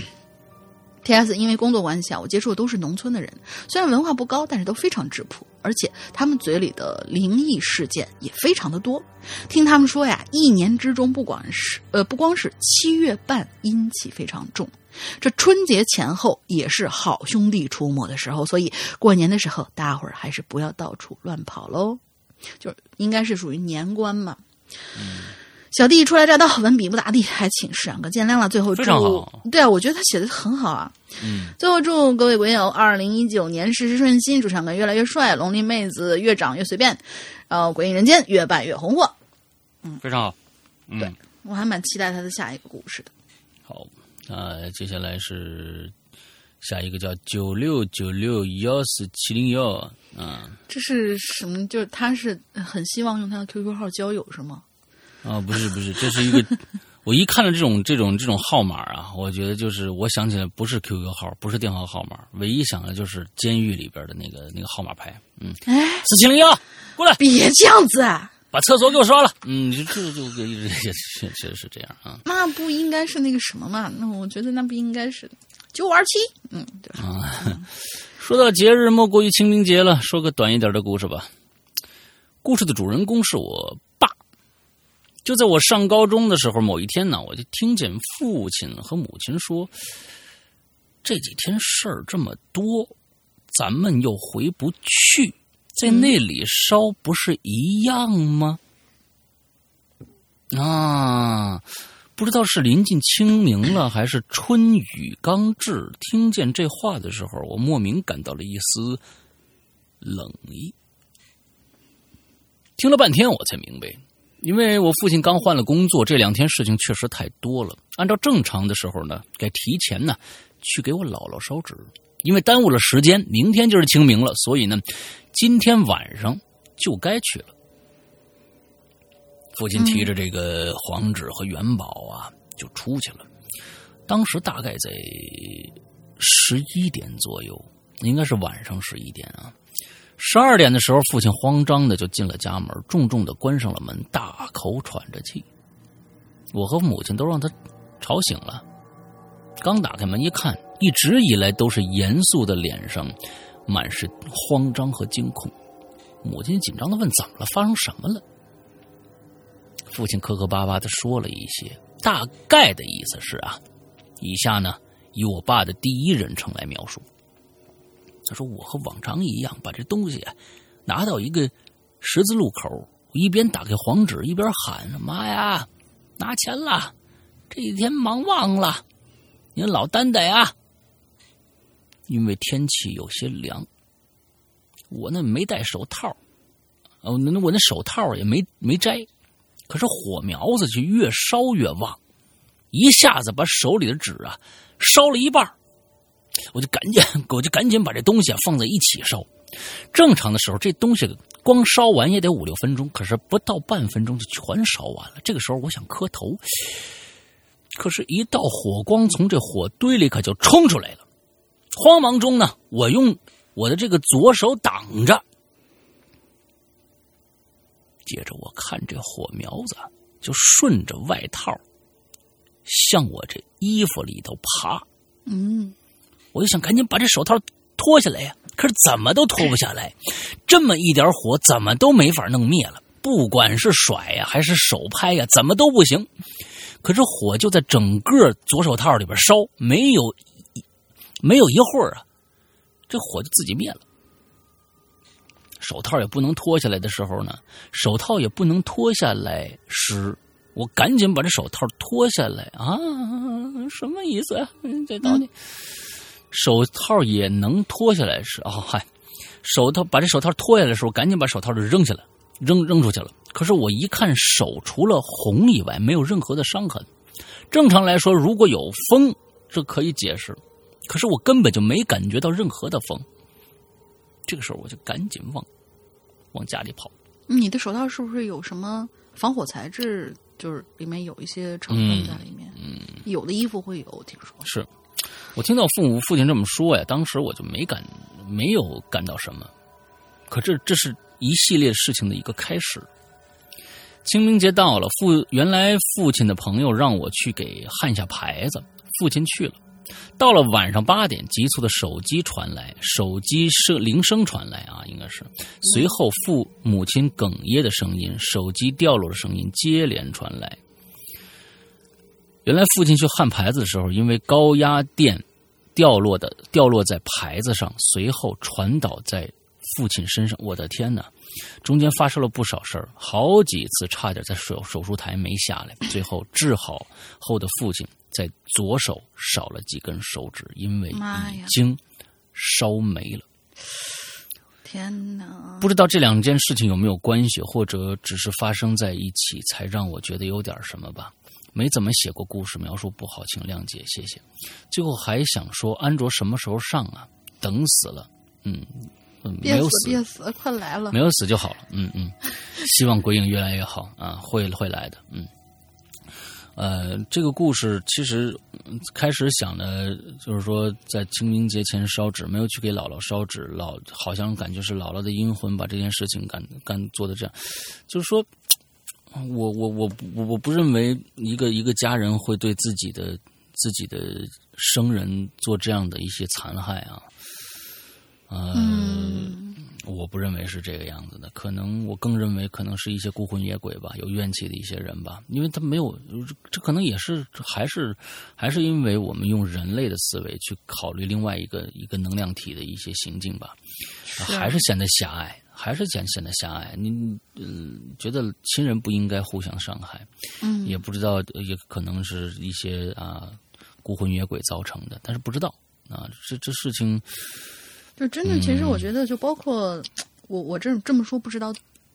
T S 因为工作关系啊，我接触的都是农村的人，虽然文化不高，但是都非常质朴，而且他们嘴里的灵异事件也非常的多。听他们说呀，一年之中不光是呃不光是七月半阴气非常重，这春节前后也是好兄弟出没的时候，所以过年的时候大伙儿还是不要到处乱跑喽，就应该是属于年关嘛。 嗯， 小弟初来乍到，文笔不咋地，还请师长哥见谅了。最后祝， 非常好， 对啊，我觉得他写的很好啊。 嗯， 最后祝各位鬼友二零一九年事事顺心，主唱哥越来越帅，龙鳞妹子越长越随便，然后鬼影人间越办越红火。嗯， 非常好。嗯， 对，我还蛮期待他的下一个故事的。 好，那接下来是下一个叫九六九六幺四七零幺啊， 这是什么？就是他是很希望用他的 Q Q 号交友是吗？ 啊，不是不是，这是一个，我一看到这种这种这种号码啊，我觉得就是我想起来不是 Q Q 号，不是电话号码，唯一想的就是监狱里边的那个那个号码牌。嗯， 哎， 四七零幺，过来， 别这样子啊！ 把厕所给我刷了。嗯，就就就一直也确确实是这样啊。 那不应该是那个什么嘛？那我觉得那不应该是九五二七。嗯，对啊。嗯、说到节日，莫过于清明节了。说个短一点的故事吧。故事的主人公是我爸。就在我上高中的时候，某一天呢，我就听见父亲和母亲说：“这几天事儿这么多，咱们又回不去，在那里烧不是一样吗？”啊，不知道是临近清明了，还是春雨刚至。听见这话的时候，我莫名感到了一丝冷意。听了半天，我才明白， 因为我父亲刚换了工作，这两天事情确实太多了。按照正常的时候呢，该提前呢去给我姥姥烧纸，因为耽误了时间，明天就是清明了，所以呢，今天晚上就该去了。父亲提着这个黄纸和元宝啊，就出去了。当时大概在十一点左右，应该是晚上十一点啊。十二点的时候，父亲慌张的就进了家门，重重的关上了门，大口喘着气。我和母亲都让他吵醒了。刚打开门一看，一直以来都是严肃的脸上满是慌张和惊恐。母亲紧张的问：“怎么了？发生什么了？”父亲磕磕巴巴的说了一些，大概的意思是啊，以下呢以我爸的第一人称来描述。他说：“我和往常一样，把这东西啊拿到一个十字路口，一边打开黄纸，一边喊：‘妈呀，拿钱了！这几天忙忘了，您老担待啊！’因为天气有些凉，我那没戴手套，哦，我那手套也没没摘，可是火苗子就越烧越旺，一下子把手里的纸啊烧了一半。”我就赶紧，我就赶紧把这东西啊放在一起烧。正常的时候，这东西光烧完也得五六分钟，可是不到半分钟就全烧完了。这个时候，我想磕头，可是，一道火光从这火堆里可就冲出来了。慌忙中呢，我用我的这个左手挡着，接着我看这火苗子就顺着外套向我这衣服里头爬。 嗯。 我就想赶紧把这手套脱下来呀，可是怎么都脱不下来，这么一点火怎么都没法弄灭了，不管是甩呀还是手拍呀，怎么都不行。可是火就在整个左手套里边烧，没有没有一会儿啊，这火就自己灭了。手套也不能脱下来的时候呢，手套也不能脱下来时，我赶紧把这手套脱下来啊，什么意思啊？这到底？嗯，手套也能脱下来时，哦嗨，手套把这手套脱下来的时候，赶紧把手套就扔下来，扔扔出去了。可是我一看手，除了红以外，没有任何的伤痕。正常来说，如果有风，这可以解释，可是我根本就没感觉到任何的风。这个时候，我就赶紧往往家里跑。 你的手套是不是有什么防火材质？就是里面有一些成分在里面。嗯，嗯有的衣服会有，听说是。我听到父母父亲这么说呀，当时我就没感没有感到什么，可这这是一系列事情的一个开始。清明节到了，父原来父亲的朋友让我去给焊下牌子，父亲去了。到了晚上八点，急促的手机传来，手机声铃声传来啊，应该是。随后父母亲哽咽的声音，手机掉落的声音接连传来。原来父亲去焊牌子的时候，因为高压电掉落的掉落在牌子上，随后传导在父亲身上。我的天哪！中间发生了不少事儿，好几次差点在手手术台没下来。最后治好后的父亲在左手少了几根手指，因为已经烧没了。 天哪！ 不知道这两件事情有没有关系，或者只是发生在一起，才让我觉得有点什么吧。没怎么写过故事，描述不好，请谅解，谢谢。最后还想说，安卓什么时候上啊？等死了，嗯，嗯没有死， 别死，快来了， 没有死就好了，嗯嗯。希望鬼影越来越好啊，会会来的，嗯。呃，这个故事其实开始想的就是说，在清明节前烧纸，没有去给姥姥烧纸，老好像感觉是姥姥的阴魂把这件事情干干做的这样，就是说。我我我我我不认为一个一个家人会对自己的自己的生人做这样的一些残害啊，呃，嗯、我不认为是这个样子的，可能我更认为可能是一些孤魂野鬼吧，有怨气的一些人吧，因为他没有，这可能也是还是还是因为我们用人类的思维去考虑另外一个一个能量体的一些行径吧，还是显得狭隘。还是显显得狭隘，你嗯、呃、觉得亲人不应该互相伤害， 嗯， 也不知道，也可能是一些啊孤魂野鬼造成的，但是不知道啊，这这事情， 就真的，其实我觉得，就包括、嗯、我我这这么说，不知道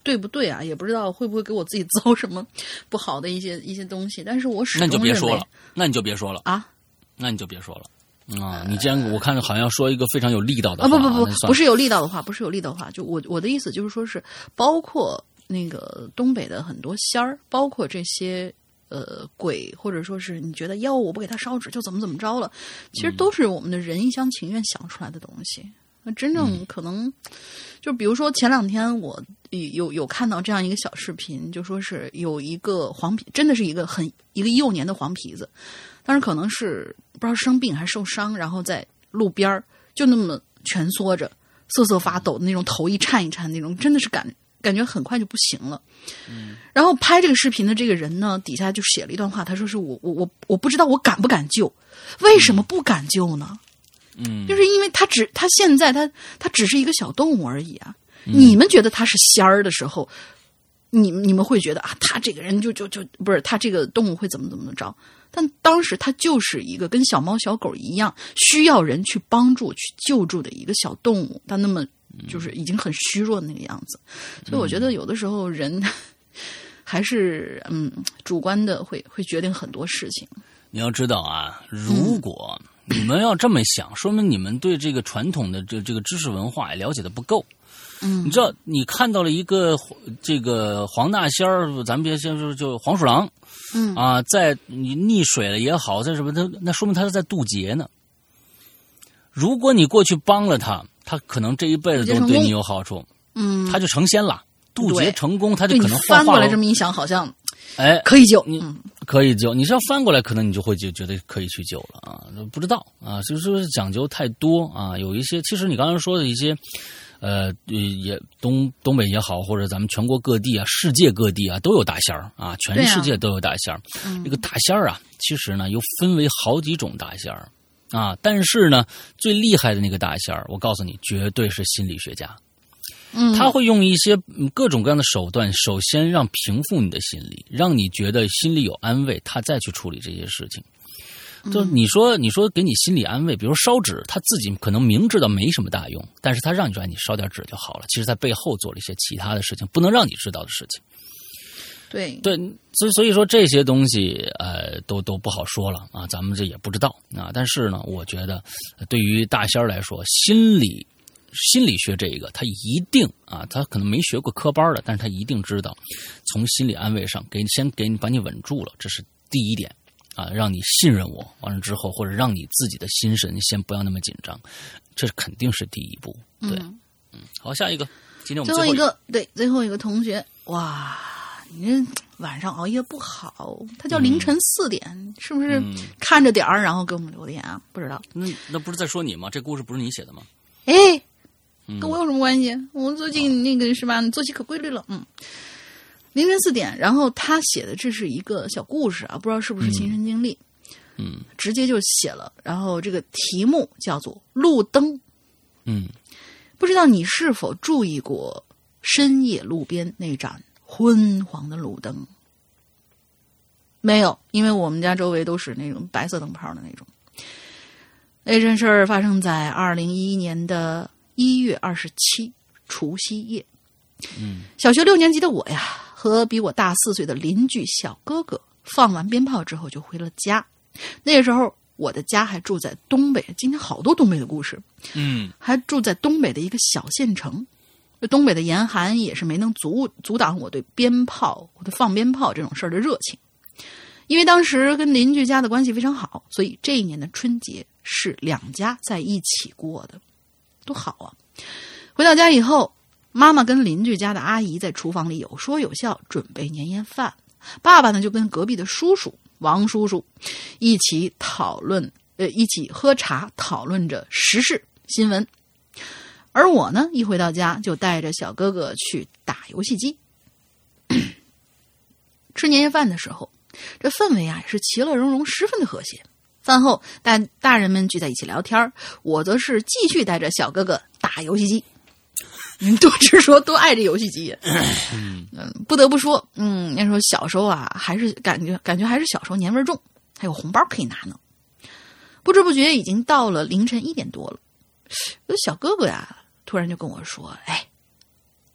对不对啊，也不知道会不会给我自己遭什么不好的一些一些东西。但是我始终那你就别说了，那你就别说了啊， 那你就别说了。啊，你既然我看着好像说一个非常有力道的话， 啊不不不，不是有力道的话，不是有力道的话，就我我的意思就是说是包括那个东北的很多仙儿，包括这些呃鬼，或者说是你觉得哟我不给他烧纸就怎么怎么着了，其实都是我们的人一厢情愿想出来的东西。那真正可能、嗯、就比如说前两天我有有看到这样一个小视频，就说是有一个黄皮，真的是一个很一个幼年的黄皮子。当然可能是不知道生病还是受伤，然后在路边就那么蜷缩着，瑟瑟发抖的那种，头一颤一颤那种，真的是感感觉很快就不行了。嗯，然后拍这个视频的这个人呢，底下就写了一段话，他说是我我我我不知道我敢不敢救，为什么不敢救呢？嗯，就是因为他只他现在他他只是一个小动物而已啊。嗯、你们觉得他是仙儿的时候，你你们会觉得啊，他这个人就就就不是他这个动物会怎么怎么着？但当时他就是一个跟小猫小狗一样需要人去帮助去救助的一个小动物，他那么就是已经很虚弱的那个样子。所以我觉得有的时候人还是嗯主观的会会决定很多事情。 你要知道啊，如果你们要这么想，嗯、说明你们对这个传统的这这个知识文化了解的不够。嗯，你知道，你看到了一个这个黄大仙儿，咱们别先说就黄鼠狼，嗯啊，在你溺水了也好，在什么，他那说明他是在渡劫呢。如果你过去帮了他，他可能这一辈子都对你有好处，嗯，他就成仙了，渡劫成功，他就可能翻过来这么一想，好像哎可以救， 你可以救。你是要翻过来，可能你就会就觉得可以去救了啊，不知道啊，就是说讲究太多啊，有一些其实你刚才说的一些。呃，也东东北也好，或者咱们全国各地啊，世界各地啊，都有大仙儿啊，全世界都有大仙儿。啊、这个大仙儿啊，其实呢又分为好几种大仙儿啊，但是呢，最厉害的那个大仙儿，我告诉你，绝对是心理学家。嗯，他会用一些各种各样的手段，首先让平复你的心理，让你觉得心里有安慰，他再去处理这些事情。就你说，你说给你心理安慰，比如烧纸，他自己可能明知道没什么大用，但是他让你说你烧点纸就好了，其实在背后做了一些其他的事情，不能让你知道的事情。 对对，所以所以说这些东西，呃，都都不好说了啊，咱们这也不知道啊。但是呢，我觉得对于大仙来说，心理心理学这个，他一定啊，他可能没学过科班的，但是他一定知道，从心理安慰上给你先给你把你稳住了，这是第一点。啊，让你信任我，完了之后，或者让你自己的心神先不要那么紧张，这肯定是第一步。对，嗯，嗯好，下一个，今天我们最后一个，对，最后一个同学，哇，你晚上熬夜不好，他叫凌晨四点，嗯、是不是看着点儿，然后给我们留言啊？不知道， 那那不是在说你吗？这故事不是你写的吗？ 哎，跟我有什么关系？我最近那个是吧，作息可规律了，嗯。凌晨四点，然后他写的这是一个小故事啊，不知道是不是亲身经历，嗯，嗯直接就写了，然后这个题目叫做《路灯》，嗯，不知道你是否注意过深夜路边那盏昏黄的路灯？没有，因为我们家周围都是那种白色灯泡的那种。那件事儿发生在二零一一年的一月二十七除夕夜，嗯，小学六年级的我呀。和比我大四岁的邻居小哥哥放完鞭炮之后就回了家。那个时候我的家还住在东北，今天好多东北的故事，嗯，还住在东北的一个小县城。东北的严寒也是没能阻阻挡我对鞭炮、我对放鞭炮这种事儿的热情。因为当时跟邻居家的关系非常好，所以这一年的春节是两家在一起过的，多好啊！回到家以后。妈妈跟邻居家的阿姨在厨房里有说有笑准备年夜饭，爸爸呢就跟隔壁的叔叔王叔叔一起讨论，呃，一起喝茶讨论着时事新闻。而我呢，一回到家就带着小哥哥去打游戏机。吃年夜饭的时候，这氛围啊也是其乐融融，十分的和谐。饭后，大大人们聚在一起聊天，我则是继续带着小哥哥打游戏机。都是说都爱这游戏机，嗯，不得不说，嗯，那时候小时候啊，还是感觉感觉还是小时候年味重，还有红包可以拿呢。不知不觉已经到了凌晨一点多了，有小哥哥呀，突然就跟我说：“哎，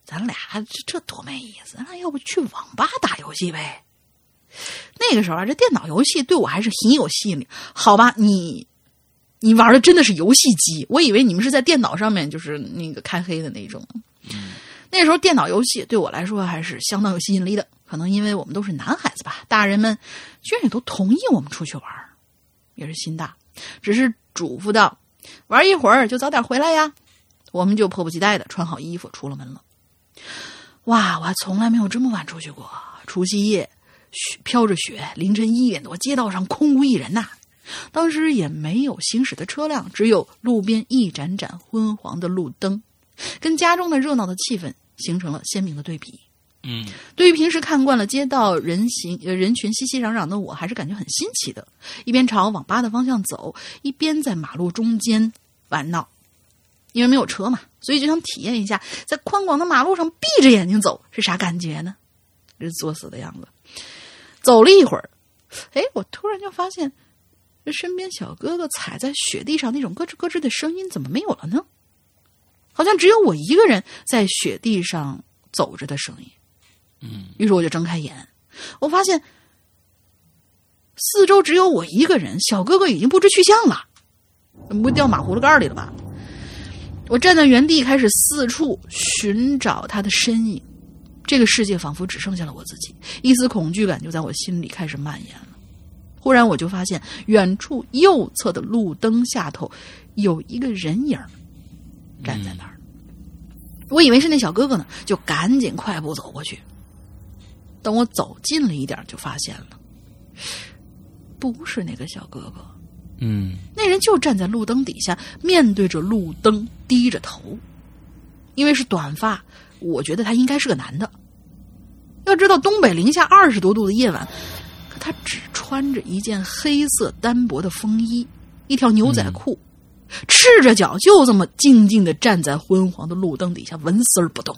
咱俩这这多没意思，那要不去网吧打游戏呗？那个时候啊，这电脑游戏对我还是很有吸引力。好吧，你你玩的真的是游戏机，我以为你们是在电脑上面就是那个开黑的那种。嗯、那时候电脑游戏对我来说还是相当有吸引力的，可能因为我们都是男孩子吧，大人们居然也都同意我们出去玩，也是心大，只是嘱咐道：“玩一会儿就早点回来呀。”我们就迫不及待的穿好衣服出了门了。哇，我还从来没有这么晚出去过。除夕夜，雪飘着雪，凌晨一点多，街道上空无一人呐、啊。当时也没有行驶的车辆，只有路边一盏盏昏黄的路灯，跟家中的热闹的气氛形成了鲜明的对比。 嗯， 对于平时看惯了街道人行呃人群熙熙攘攘的我，还是感觉很新奇的。一边朝网吧的方向走，一边在马路中间玩闹。因为没有车嘛，所以就想体验一下在宽广的马路上闭着眼睛走是啥感觉呢？这是作死的样子。走了一会儿，哎，我突然就发现这身边小哥哥踩在雪地上那种咯吱咯吱的声音怎么没有了呢？好像只有我一个人在雪地上走着的声音。 嗯， 于是我就睁开眼，我发现四周只有我一个人，小哥哥已经不知去向了，不掉马葫芦盖里了吧？我站在原地开始四处寻找他的身影，这个世界仿佛只剩下了我自己，一丝恐惧感就在我心里开始蔓延了。忽然我就发现远处右侧的路灯下头有一个人影站在那儿、嗯、我以为是那小哥哥呢，就赶紧快步走过去。等我走近了一点，就发现了不是那个小哥哥。 嗯， 那人就站在路灯底下，面对着路灯，低着头。因为是短发，我觉得他应该是个男的。要知道东北零下二十多度的夜晚，可他只穿着一件黑色单薄的风衣，一条牛仔裤、嗯、赤着脚，就这么静静地站在昏黄的路灯底下，纹丝儿不动。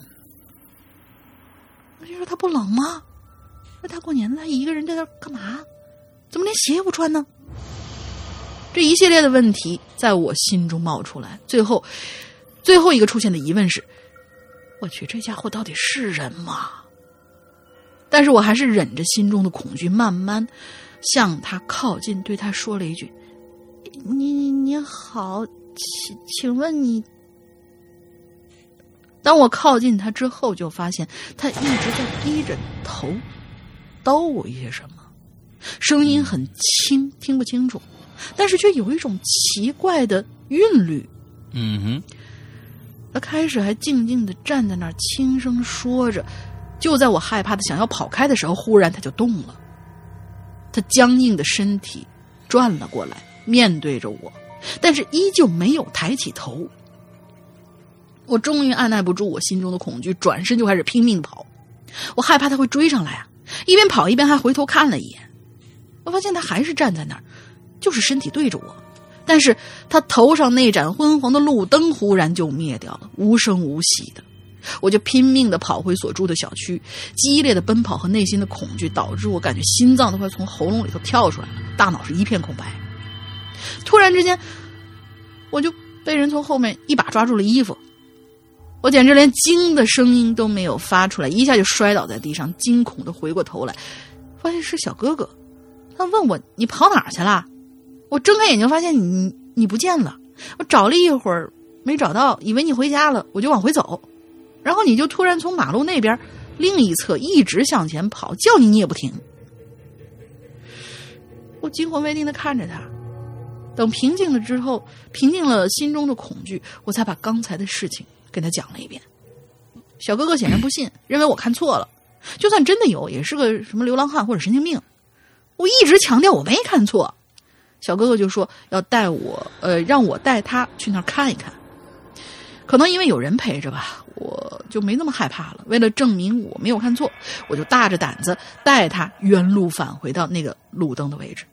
我就说他不冷吗？那大过年的他一个人在那干嘛？怎么连鞋也不穿呢？这一系列的问题在我心中冒出来，最后最后一个出现的疑问是，我去，这家伙到底是人吗？但是我还是忍着心中的恐惧，慢慢向他靠近，对他说了一句：你你你好，请请问你。当我靠近他之后，就发现他一直在低着头叨我一些什么，声音很轻，听不清楚，但是却有一种奇怪的韵律。 嗯哼， 他开始还静静地站在那儿，轻声说着。就在我害怕的想要跑开的时候，忽然他就动了。他僵硬的身体转了过来，面对着我，但是依旧没有抬起头。我终于按耐不住我心中的恐惧，转身就开始拼命跑。我害怕他会追上来啊，一边跑一边还回头看了一眼。我发现他还是站在那儿，就是身体对着我，但是他头上那盏昏黄的路灯忽然就灭掉了，无声无息的。我就拼命地跑回所住的小区，激烈的奔跑和内心的恐惧导致我感觉心脏都快从喉咙里头跳出来了，大脑是一片空白。突然之间，我就被人从后面一把抓住了衣服，我简直连惊的声音都没有发出来，一下就摔倒在地上，惊恐地回过头来，发现是小哥哥。他问我：你跑哪儿去了？我睁开眼睛发现你你不见了。我找了一会儿没找到，以为你回家了，我就往回走，然后你就突然从马路那边另一侧一直向前跑，叫你你也不停。我惊魂未定地看着他，等平静了之后，平静了心中的恐惧，我才把刚才的事情跟他讲了一遍。小哥哥显然不信，认为我看错了，就算真的有，也是个什么流浪汉或者神经病。我一直强调我没看错，小哥哥就说要带我，呃，让我带他去那儿看一看。可能因为有人陪着吧，我就没那么害怕了。为了证明我没有看错，我就大着胆子带他原路返回到那个路灯的位置。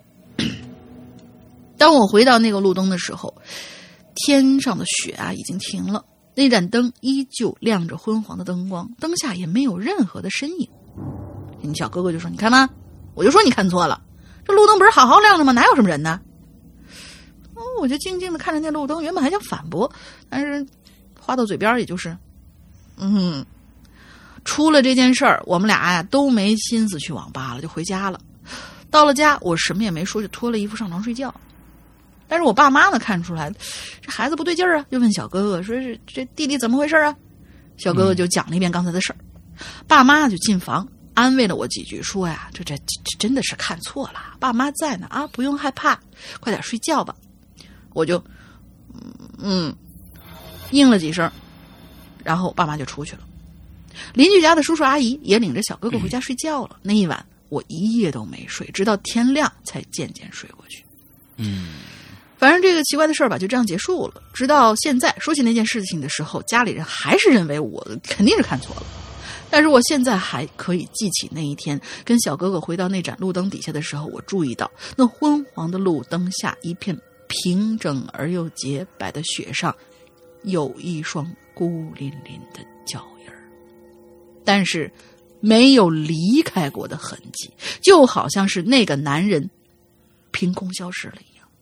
当我回到那个路灯的时候，天上的雪啊已经停了，那盏灯依旧亮着昏黄的灯光，灯下也没有任何的身影。你小哥哥就说：你看吗？我就说你看错了，这路灯不是好好亮着吗？哪有什么人呢？哦，我就静静地看着那路灯，原本还想反驳，但是话到嘴边也就是嗯，出了这件事儿，我们俩呀都没心思去网吧了，就回家了。到了家，我什么也没说，就脱了衣服上床睡觉。但是我爸妈呢看出来这孩子不对劲儿啊，就问小哥哥说：“是这弟弟怎么回事啊？”小哥哥就讲了一遍刚才的事儿。嗯、爸妈就进房安慰了我几句，说呀：“这这这真的是看错了，爸妈在呢啊，不用害怕，快点睡觉吧。”我就嗯应了几声，然后爸妈就出去了。邻居家的叔叔阿姨也领着小哥哥回家睡觉了。嗯、那一晚我一夜都没睡，直到天亮才渐渐睡过去。 嗯， 反正这个奇怪的事儿吧，就这样结束了。直到现在说起那件事情的时候，家里人还是认为我肯定是看错了。但是我现在还可以记起那一天，跟小哥哥回到那盏路灯底下的时候，我注意到那昏黄的路灯下一片平整而又洁白的雪上，有一双孤零零的脚印儿，但是没有离开过的痕迹，就好像是那个男人凭空消失了一样。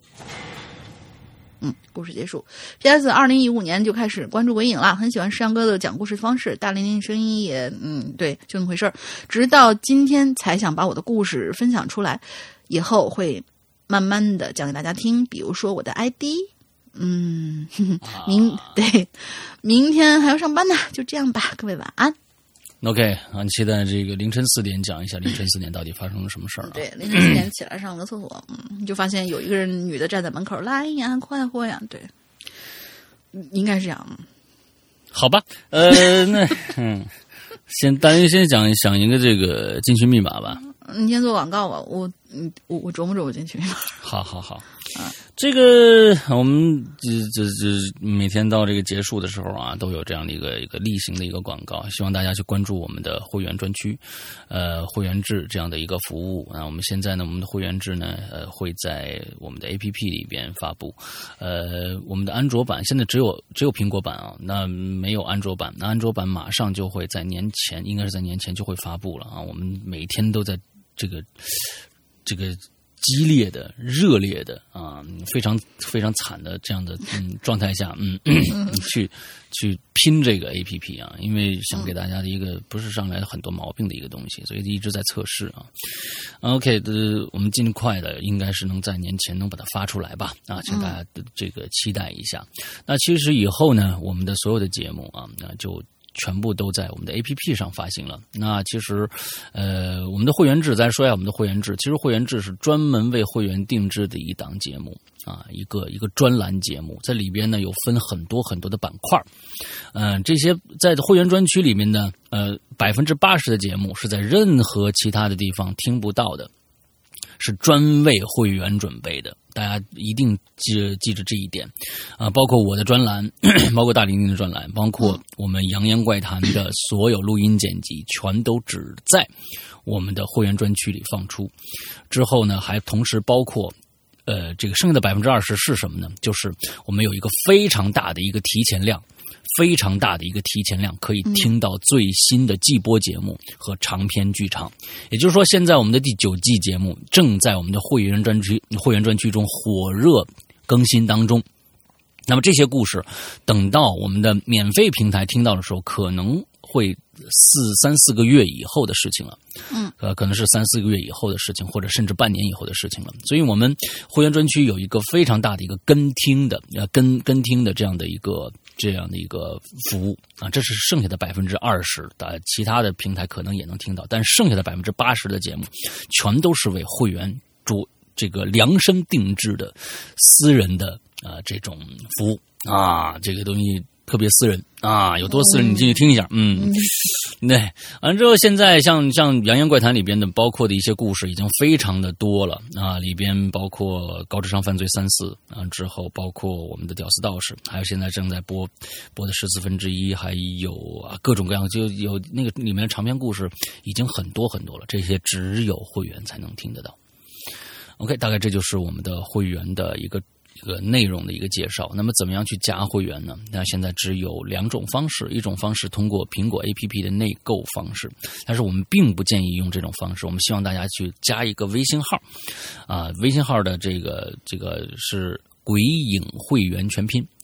嗯，故事结束。P S 二零一五年就开始关注鬼影了，很喜欢山哥的讲故事方式，大玲玲声音也嗯对，就那么回事儿。直到今天才想把我的故事分享出来，以后会慢慢的讲给大家听，比如说我的 I D。嗯，明对，明天还要上班呢，就这样吧，各位晚安。 OK， 很期待这个凌晨四点讲一下凌晨四点到底发生了什么事儿、啊。 对，凌晨四点起来上个厕所，嗯，就发现有一个人女的站在门口，来呀，快活呀，对，应该是这样。 好吧，呃，那嗯，先大家先讲想一个这个进群密码吧。 你先做广告吧，我嗯我我琢磨琢磨进去。 好好好，啊，这个我们这这这每天到这个结束的时候啊，都有这样的一个一个例行的一个广告，希望大家去关注我们的会员专区，呃，会员制这样的一个服务。那我们现在呢，我们的会员制呢，呃，会在我们的 A P P 里边发布。呃，我们的安卓版现在只有只有苹果版啊，那没有安卓版。那安卓版马上就会在年前，应该是在年前就会发布了啊。我们每天都在这个这个激烈的、热烈的啊，非常非常惨的这样的嗯状态下，嗯，去去拼这个 A P P 啊，因为想给大家的一个不是上来很多毛病的一个东西，所以一直在测试啊。OK， 呃，我们尽快的应该是能在年前能把它发出来吧啊，请大家这个期待一下。那其实以后呢，我们的所有的节目啊，那就全部都在我们的 A P P 上发行了。那其实，呃，我们的会员制，咱说一下我们的会员制。其实会员制是专门为会员定制的一档节目啊，一个一个专栏节目，在里边呢有分很多很多的板块。嗯、呃，这些在会员专区里面呢，呃，百分之八十的节目是在任何其他的地方听不到的。是专为会员准备的，大家一定记记着这一点啊！包括我的专栏，包括大玲玲的专栏，包括我们扬言怪谈的所有录音剪辑，全都只在我们的会员专区里放出。之后呢，还同时包括呃，这个剩下的百分之二十是什么呢？就是我们有一个非常大的一个提前量。非常大的一个提前量，可以听到最新的季播节目和长篇剧场。也就是说，现在我们的第九季节目正在我们的会员专区会员专区中火热更新当中。那么这些故事，等到我们的免费平台听到的时候，可能会四三四个月以后的事情了。嗯，呃，可能是三四个月以后的事情，或者甚至半年以后的事情了。所以我们会员专区有一个非常大的一个跟听的呃跟跟听的这样的一个。这样的一个服务啊，这是剩下的百分之二十的，其他的平台可能也能听到，但剩下的百分之八十的节目，全都是为会员主这个量身定制的私人的啊、呃、这种服务啊，这个东西特别私人啊，有多私人你进去听一下，嗯，对，完之后现在像像扬言怪谈里边的包括的一些故事已经非常的多了啊，里边包括高智商犯罪三四啊，之后包括我们的屌丝道士，还有现在正在播播的十四分之一，还有啊各种各样，就有那个里面的长篇故事已经很多很多了，这些只有会员才能听得到。OK， 大概这就是我们的会员的一个。一个内容的一个介绍。那么怎么样去加会员呢？那现在只有两种方式，一种方式通过苹果 A P P 的内购方式，但是我们并不建议用这种方式，我们希望大家去加一个微信号啊，微信号的这个这个是鬼影会员全拼。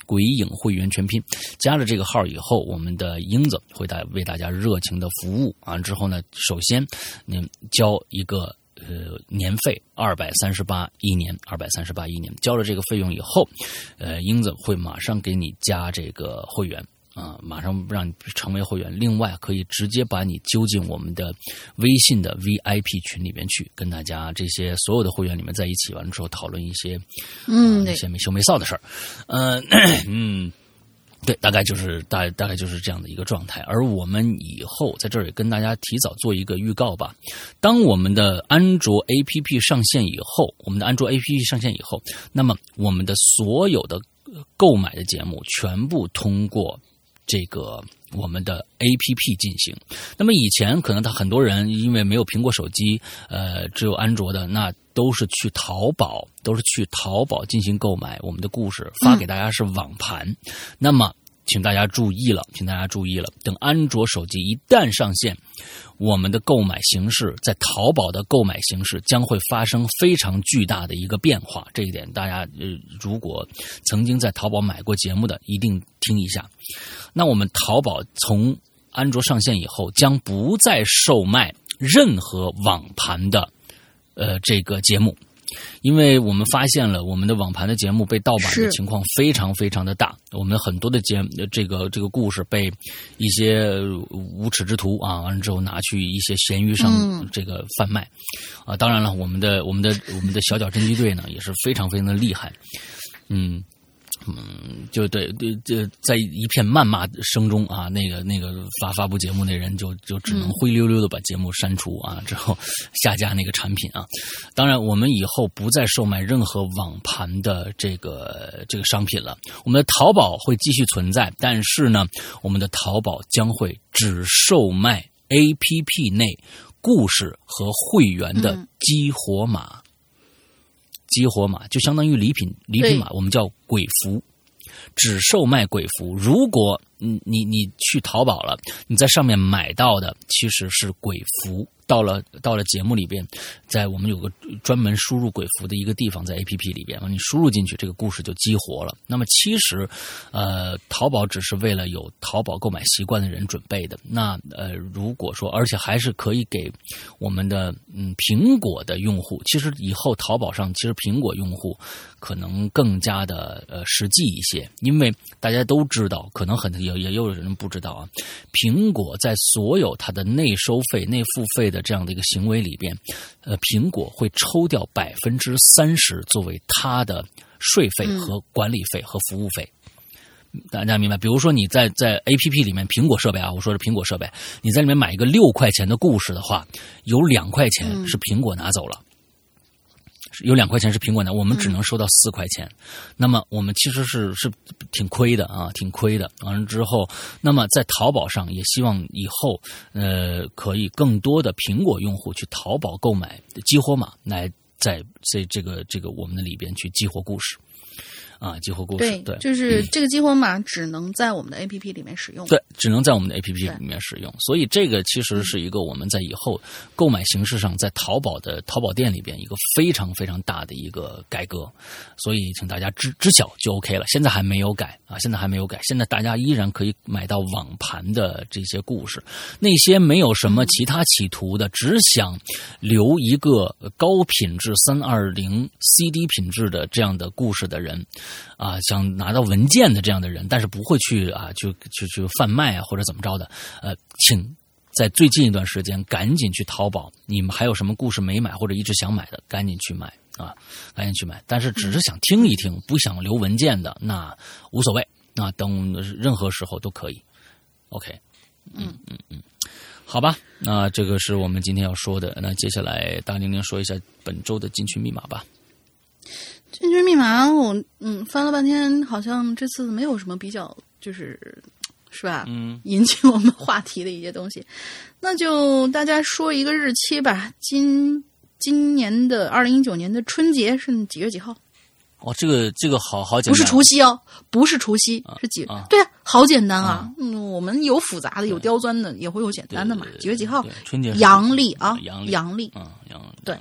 鬼影会员全拼。加了这个号以后，我们的英子会大为大家热情的服务啊。之后呢，首先你交一个呃年费二百三十八一年，二百三十八一年，交了这个费用以后，呃，英子会马上给你加这个会员。啊，马上让你成为会员。另外，可以直接把你揪进我们的微信的 V I P 群里边去，跟大家这些所有的会员里面在一起，完了之后讨论一些嗯、 呃、一些没羞没臊的事儿。呃嗯，对，大概就是大大概就是这样的一个状态。而我们以后在这儿也跟大家提早做一个预告吧。当我们的安卓 A P P 上线以后，我们的安卓 A P P 上线以后，那么我们的所有的购买的节目全部通过这个我们的 A P P 进行。那么以前可能他很多人因为没有苹果手机，呃，只有安卓的，那都是去淘宝，都是去淘宝进行购买。我们的故事发给大家是网盘，嗯、那么请大家注意了，请大家注意了，等安卓手机一旦上线，我们的购买形式在淘宝的购买形式将会发生非常巨大的一个变化。这一点大家呃，如果曾经在淘宝买过节目的，一定听一下。那我们淘宝从安卓上线以后，将不再售卖任何网盘的呃这个节目。因为我们发现了我们的网盘的节目被盗版的情况非常非常的大，我们很多的节这个这个故事被一些无耻之徒啊，完了之后拿去一些闲鱼上这个贩卖、嗯、啊。当然了，我们的我们的我们的小脚侦缉队呢也是非常非常的厉害，嗯。嗯，就对对，就在一片谩骂声中啊，那个那个发发布节目那人就就只能灰溜溜的把节目删除啊，之后下架那个产品啊。当然，我们以后不再售卖任何网盘的这个这个商品了。我们的淘宝会继续存在，但是呢，我们的淘宝将会只售卖 A P P 内故事和会员的激活码。嗯激活码就相当于礼品，礼品码我们叫鬼符，只售卖鬼符。如果你你你去淘宝了，你在上面买到的其实是鬼符。到了到了节目里边，在我们有个专门输入鬼符的一个地方，在 A P P 里边，你输入进去，这个故事就激活了。那么其实，呃，淘宝只是为了有淘宝购买习惯的人准备的。那呃，如果说，而且还是可以给我们的嗯苹果的用户，其实以后淘宝上其实苹果用户可能更加的呃实际一些，因为大家都知道，可能很也也有人不知道啊，苹果在所有它的内收费、内付费的这样的一个行为里边，呃，苹果会抽掉百分之三十作为它的税费和管理费和服务费。嗯、大家明白？比如说你在在 A P P 里面，苹果设备啊，我说是苹果设备，你在里面买一个六块钱的故事的话，有两块钱是苹果拿走了。嗯有两块钱是苹果拿，我们只能收到四块钱、嗯、那么我们其实是是挺亏的啊，挺亏的。完了之后，那么在淘宝上也希望以后呃可以更多的苹果用户去淘宝购买激活码，来在在这个这个我们的里边去激活故事啊，激活故事。对， 对就是这个激活码只能在我们的 A P P 里面使用。 对，只能在我们的 A P P 里面使用。所以这个其实是一个我们在以后购买形式上，在淘宝的淘宝店里边一个非常非常大的一个改革。所以请大家知知晓就 OK 了。现在还没有改啊，现在还没有改。现在大家依然可以买到网盘的这些故事。那些没有什么其他企图的，只想留一个高品质三二零 C D 品质的这样的故事的人。啊，想拿到文件的这样的人，但是不会去啊，去去去贩卖啊，或者怎么着的，呃，请在最近一段时间赶紧去淘宝，你们还有什么故事没买或者一直想买的，赶紧去买啊，赶紧去买。但是只是想听一听，不想留文件的，那无所谓，那等任何时候都可以。OK， 嗯嗯嗯，好吧，那这个是我们今天要说的。那接下来大玲玲说一下本周的进群密码吧。 进群密码我嗯翻了半天，好像这次没有什么比较就是是吧嗯引起我们话题的一些东西，那就大家说一个日期吧。今今年的二零一九年的春节是几月几号？ 哦，这个这个好好简单， 不是除夕哦，不是除夕，啊、是几、啊？对啊，好简单啊。啊嗯，我们有复杂的，有刁钻的，也会有简单的嘛。几月几号？ 春节阳历啊， 阳阳历， 嗯，阳对。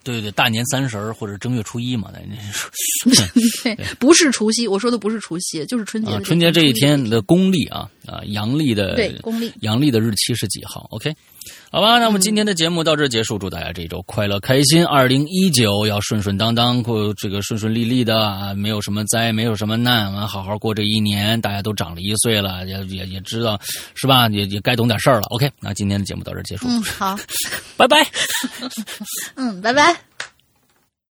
对对，大年三十儿或者正月初一嘛， 对，不是除夕，我说的不是除夕，就是春节、 啊。春节这一天的公历啊啊，阳历的对公历， 阳历的日期是几号 ？OK， 好吧，那么今天的节目到这结束，祝大家这一周快乐开心，二零一九要顺顺当当过这个顺顺利利的啊，没有什么灾，没有什么难，完好好过这一年，大家都长了一岁了，也也也知道是吧？也也该懂点事儿了。OK， 那今天的节目到这结束， 嗯，好， 拜拜。 嗯，拜拜。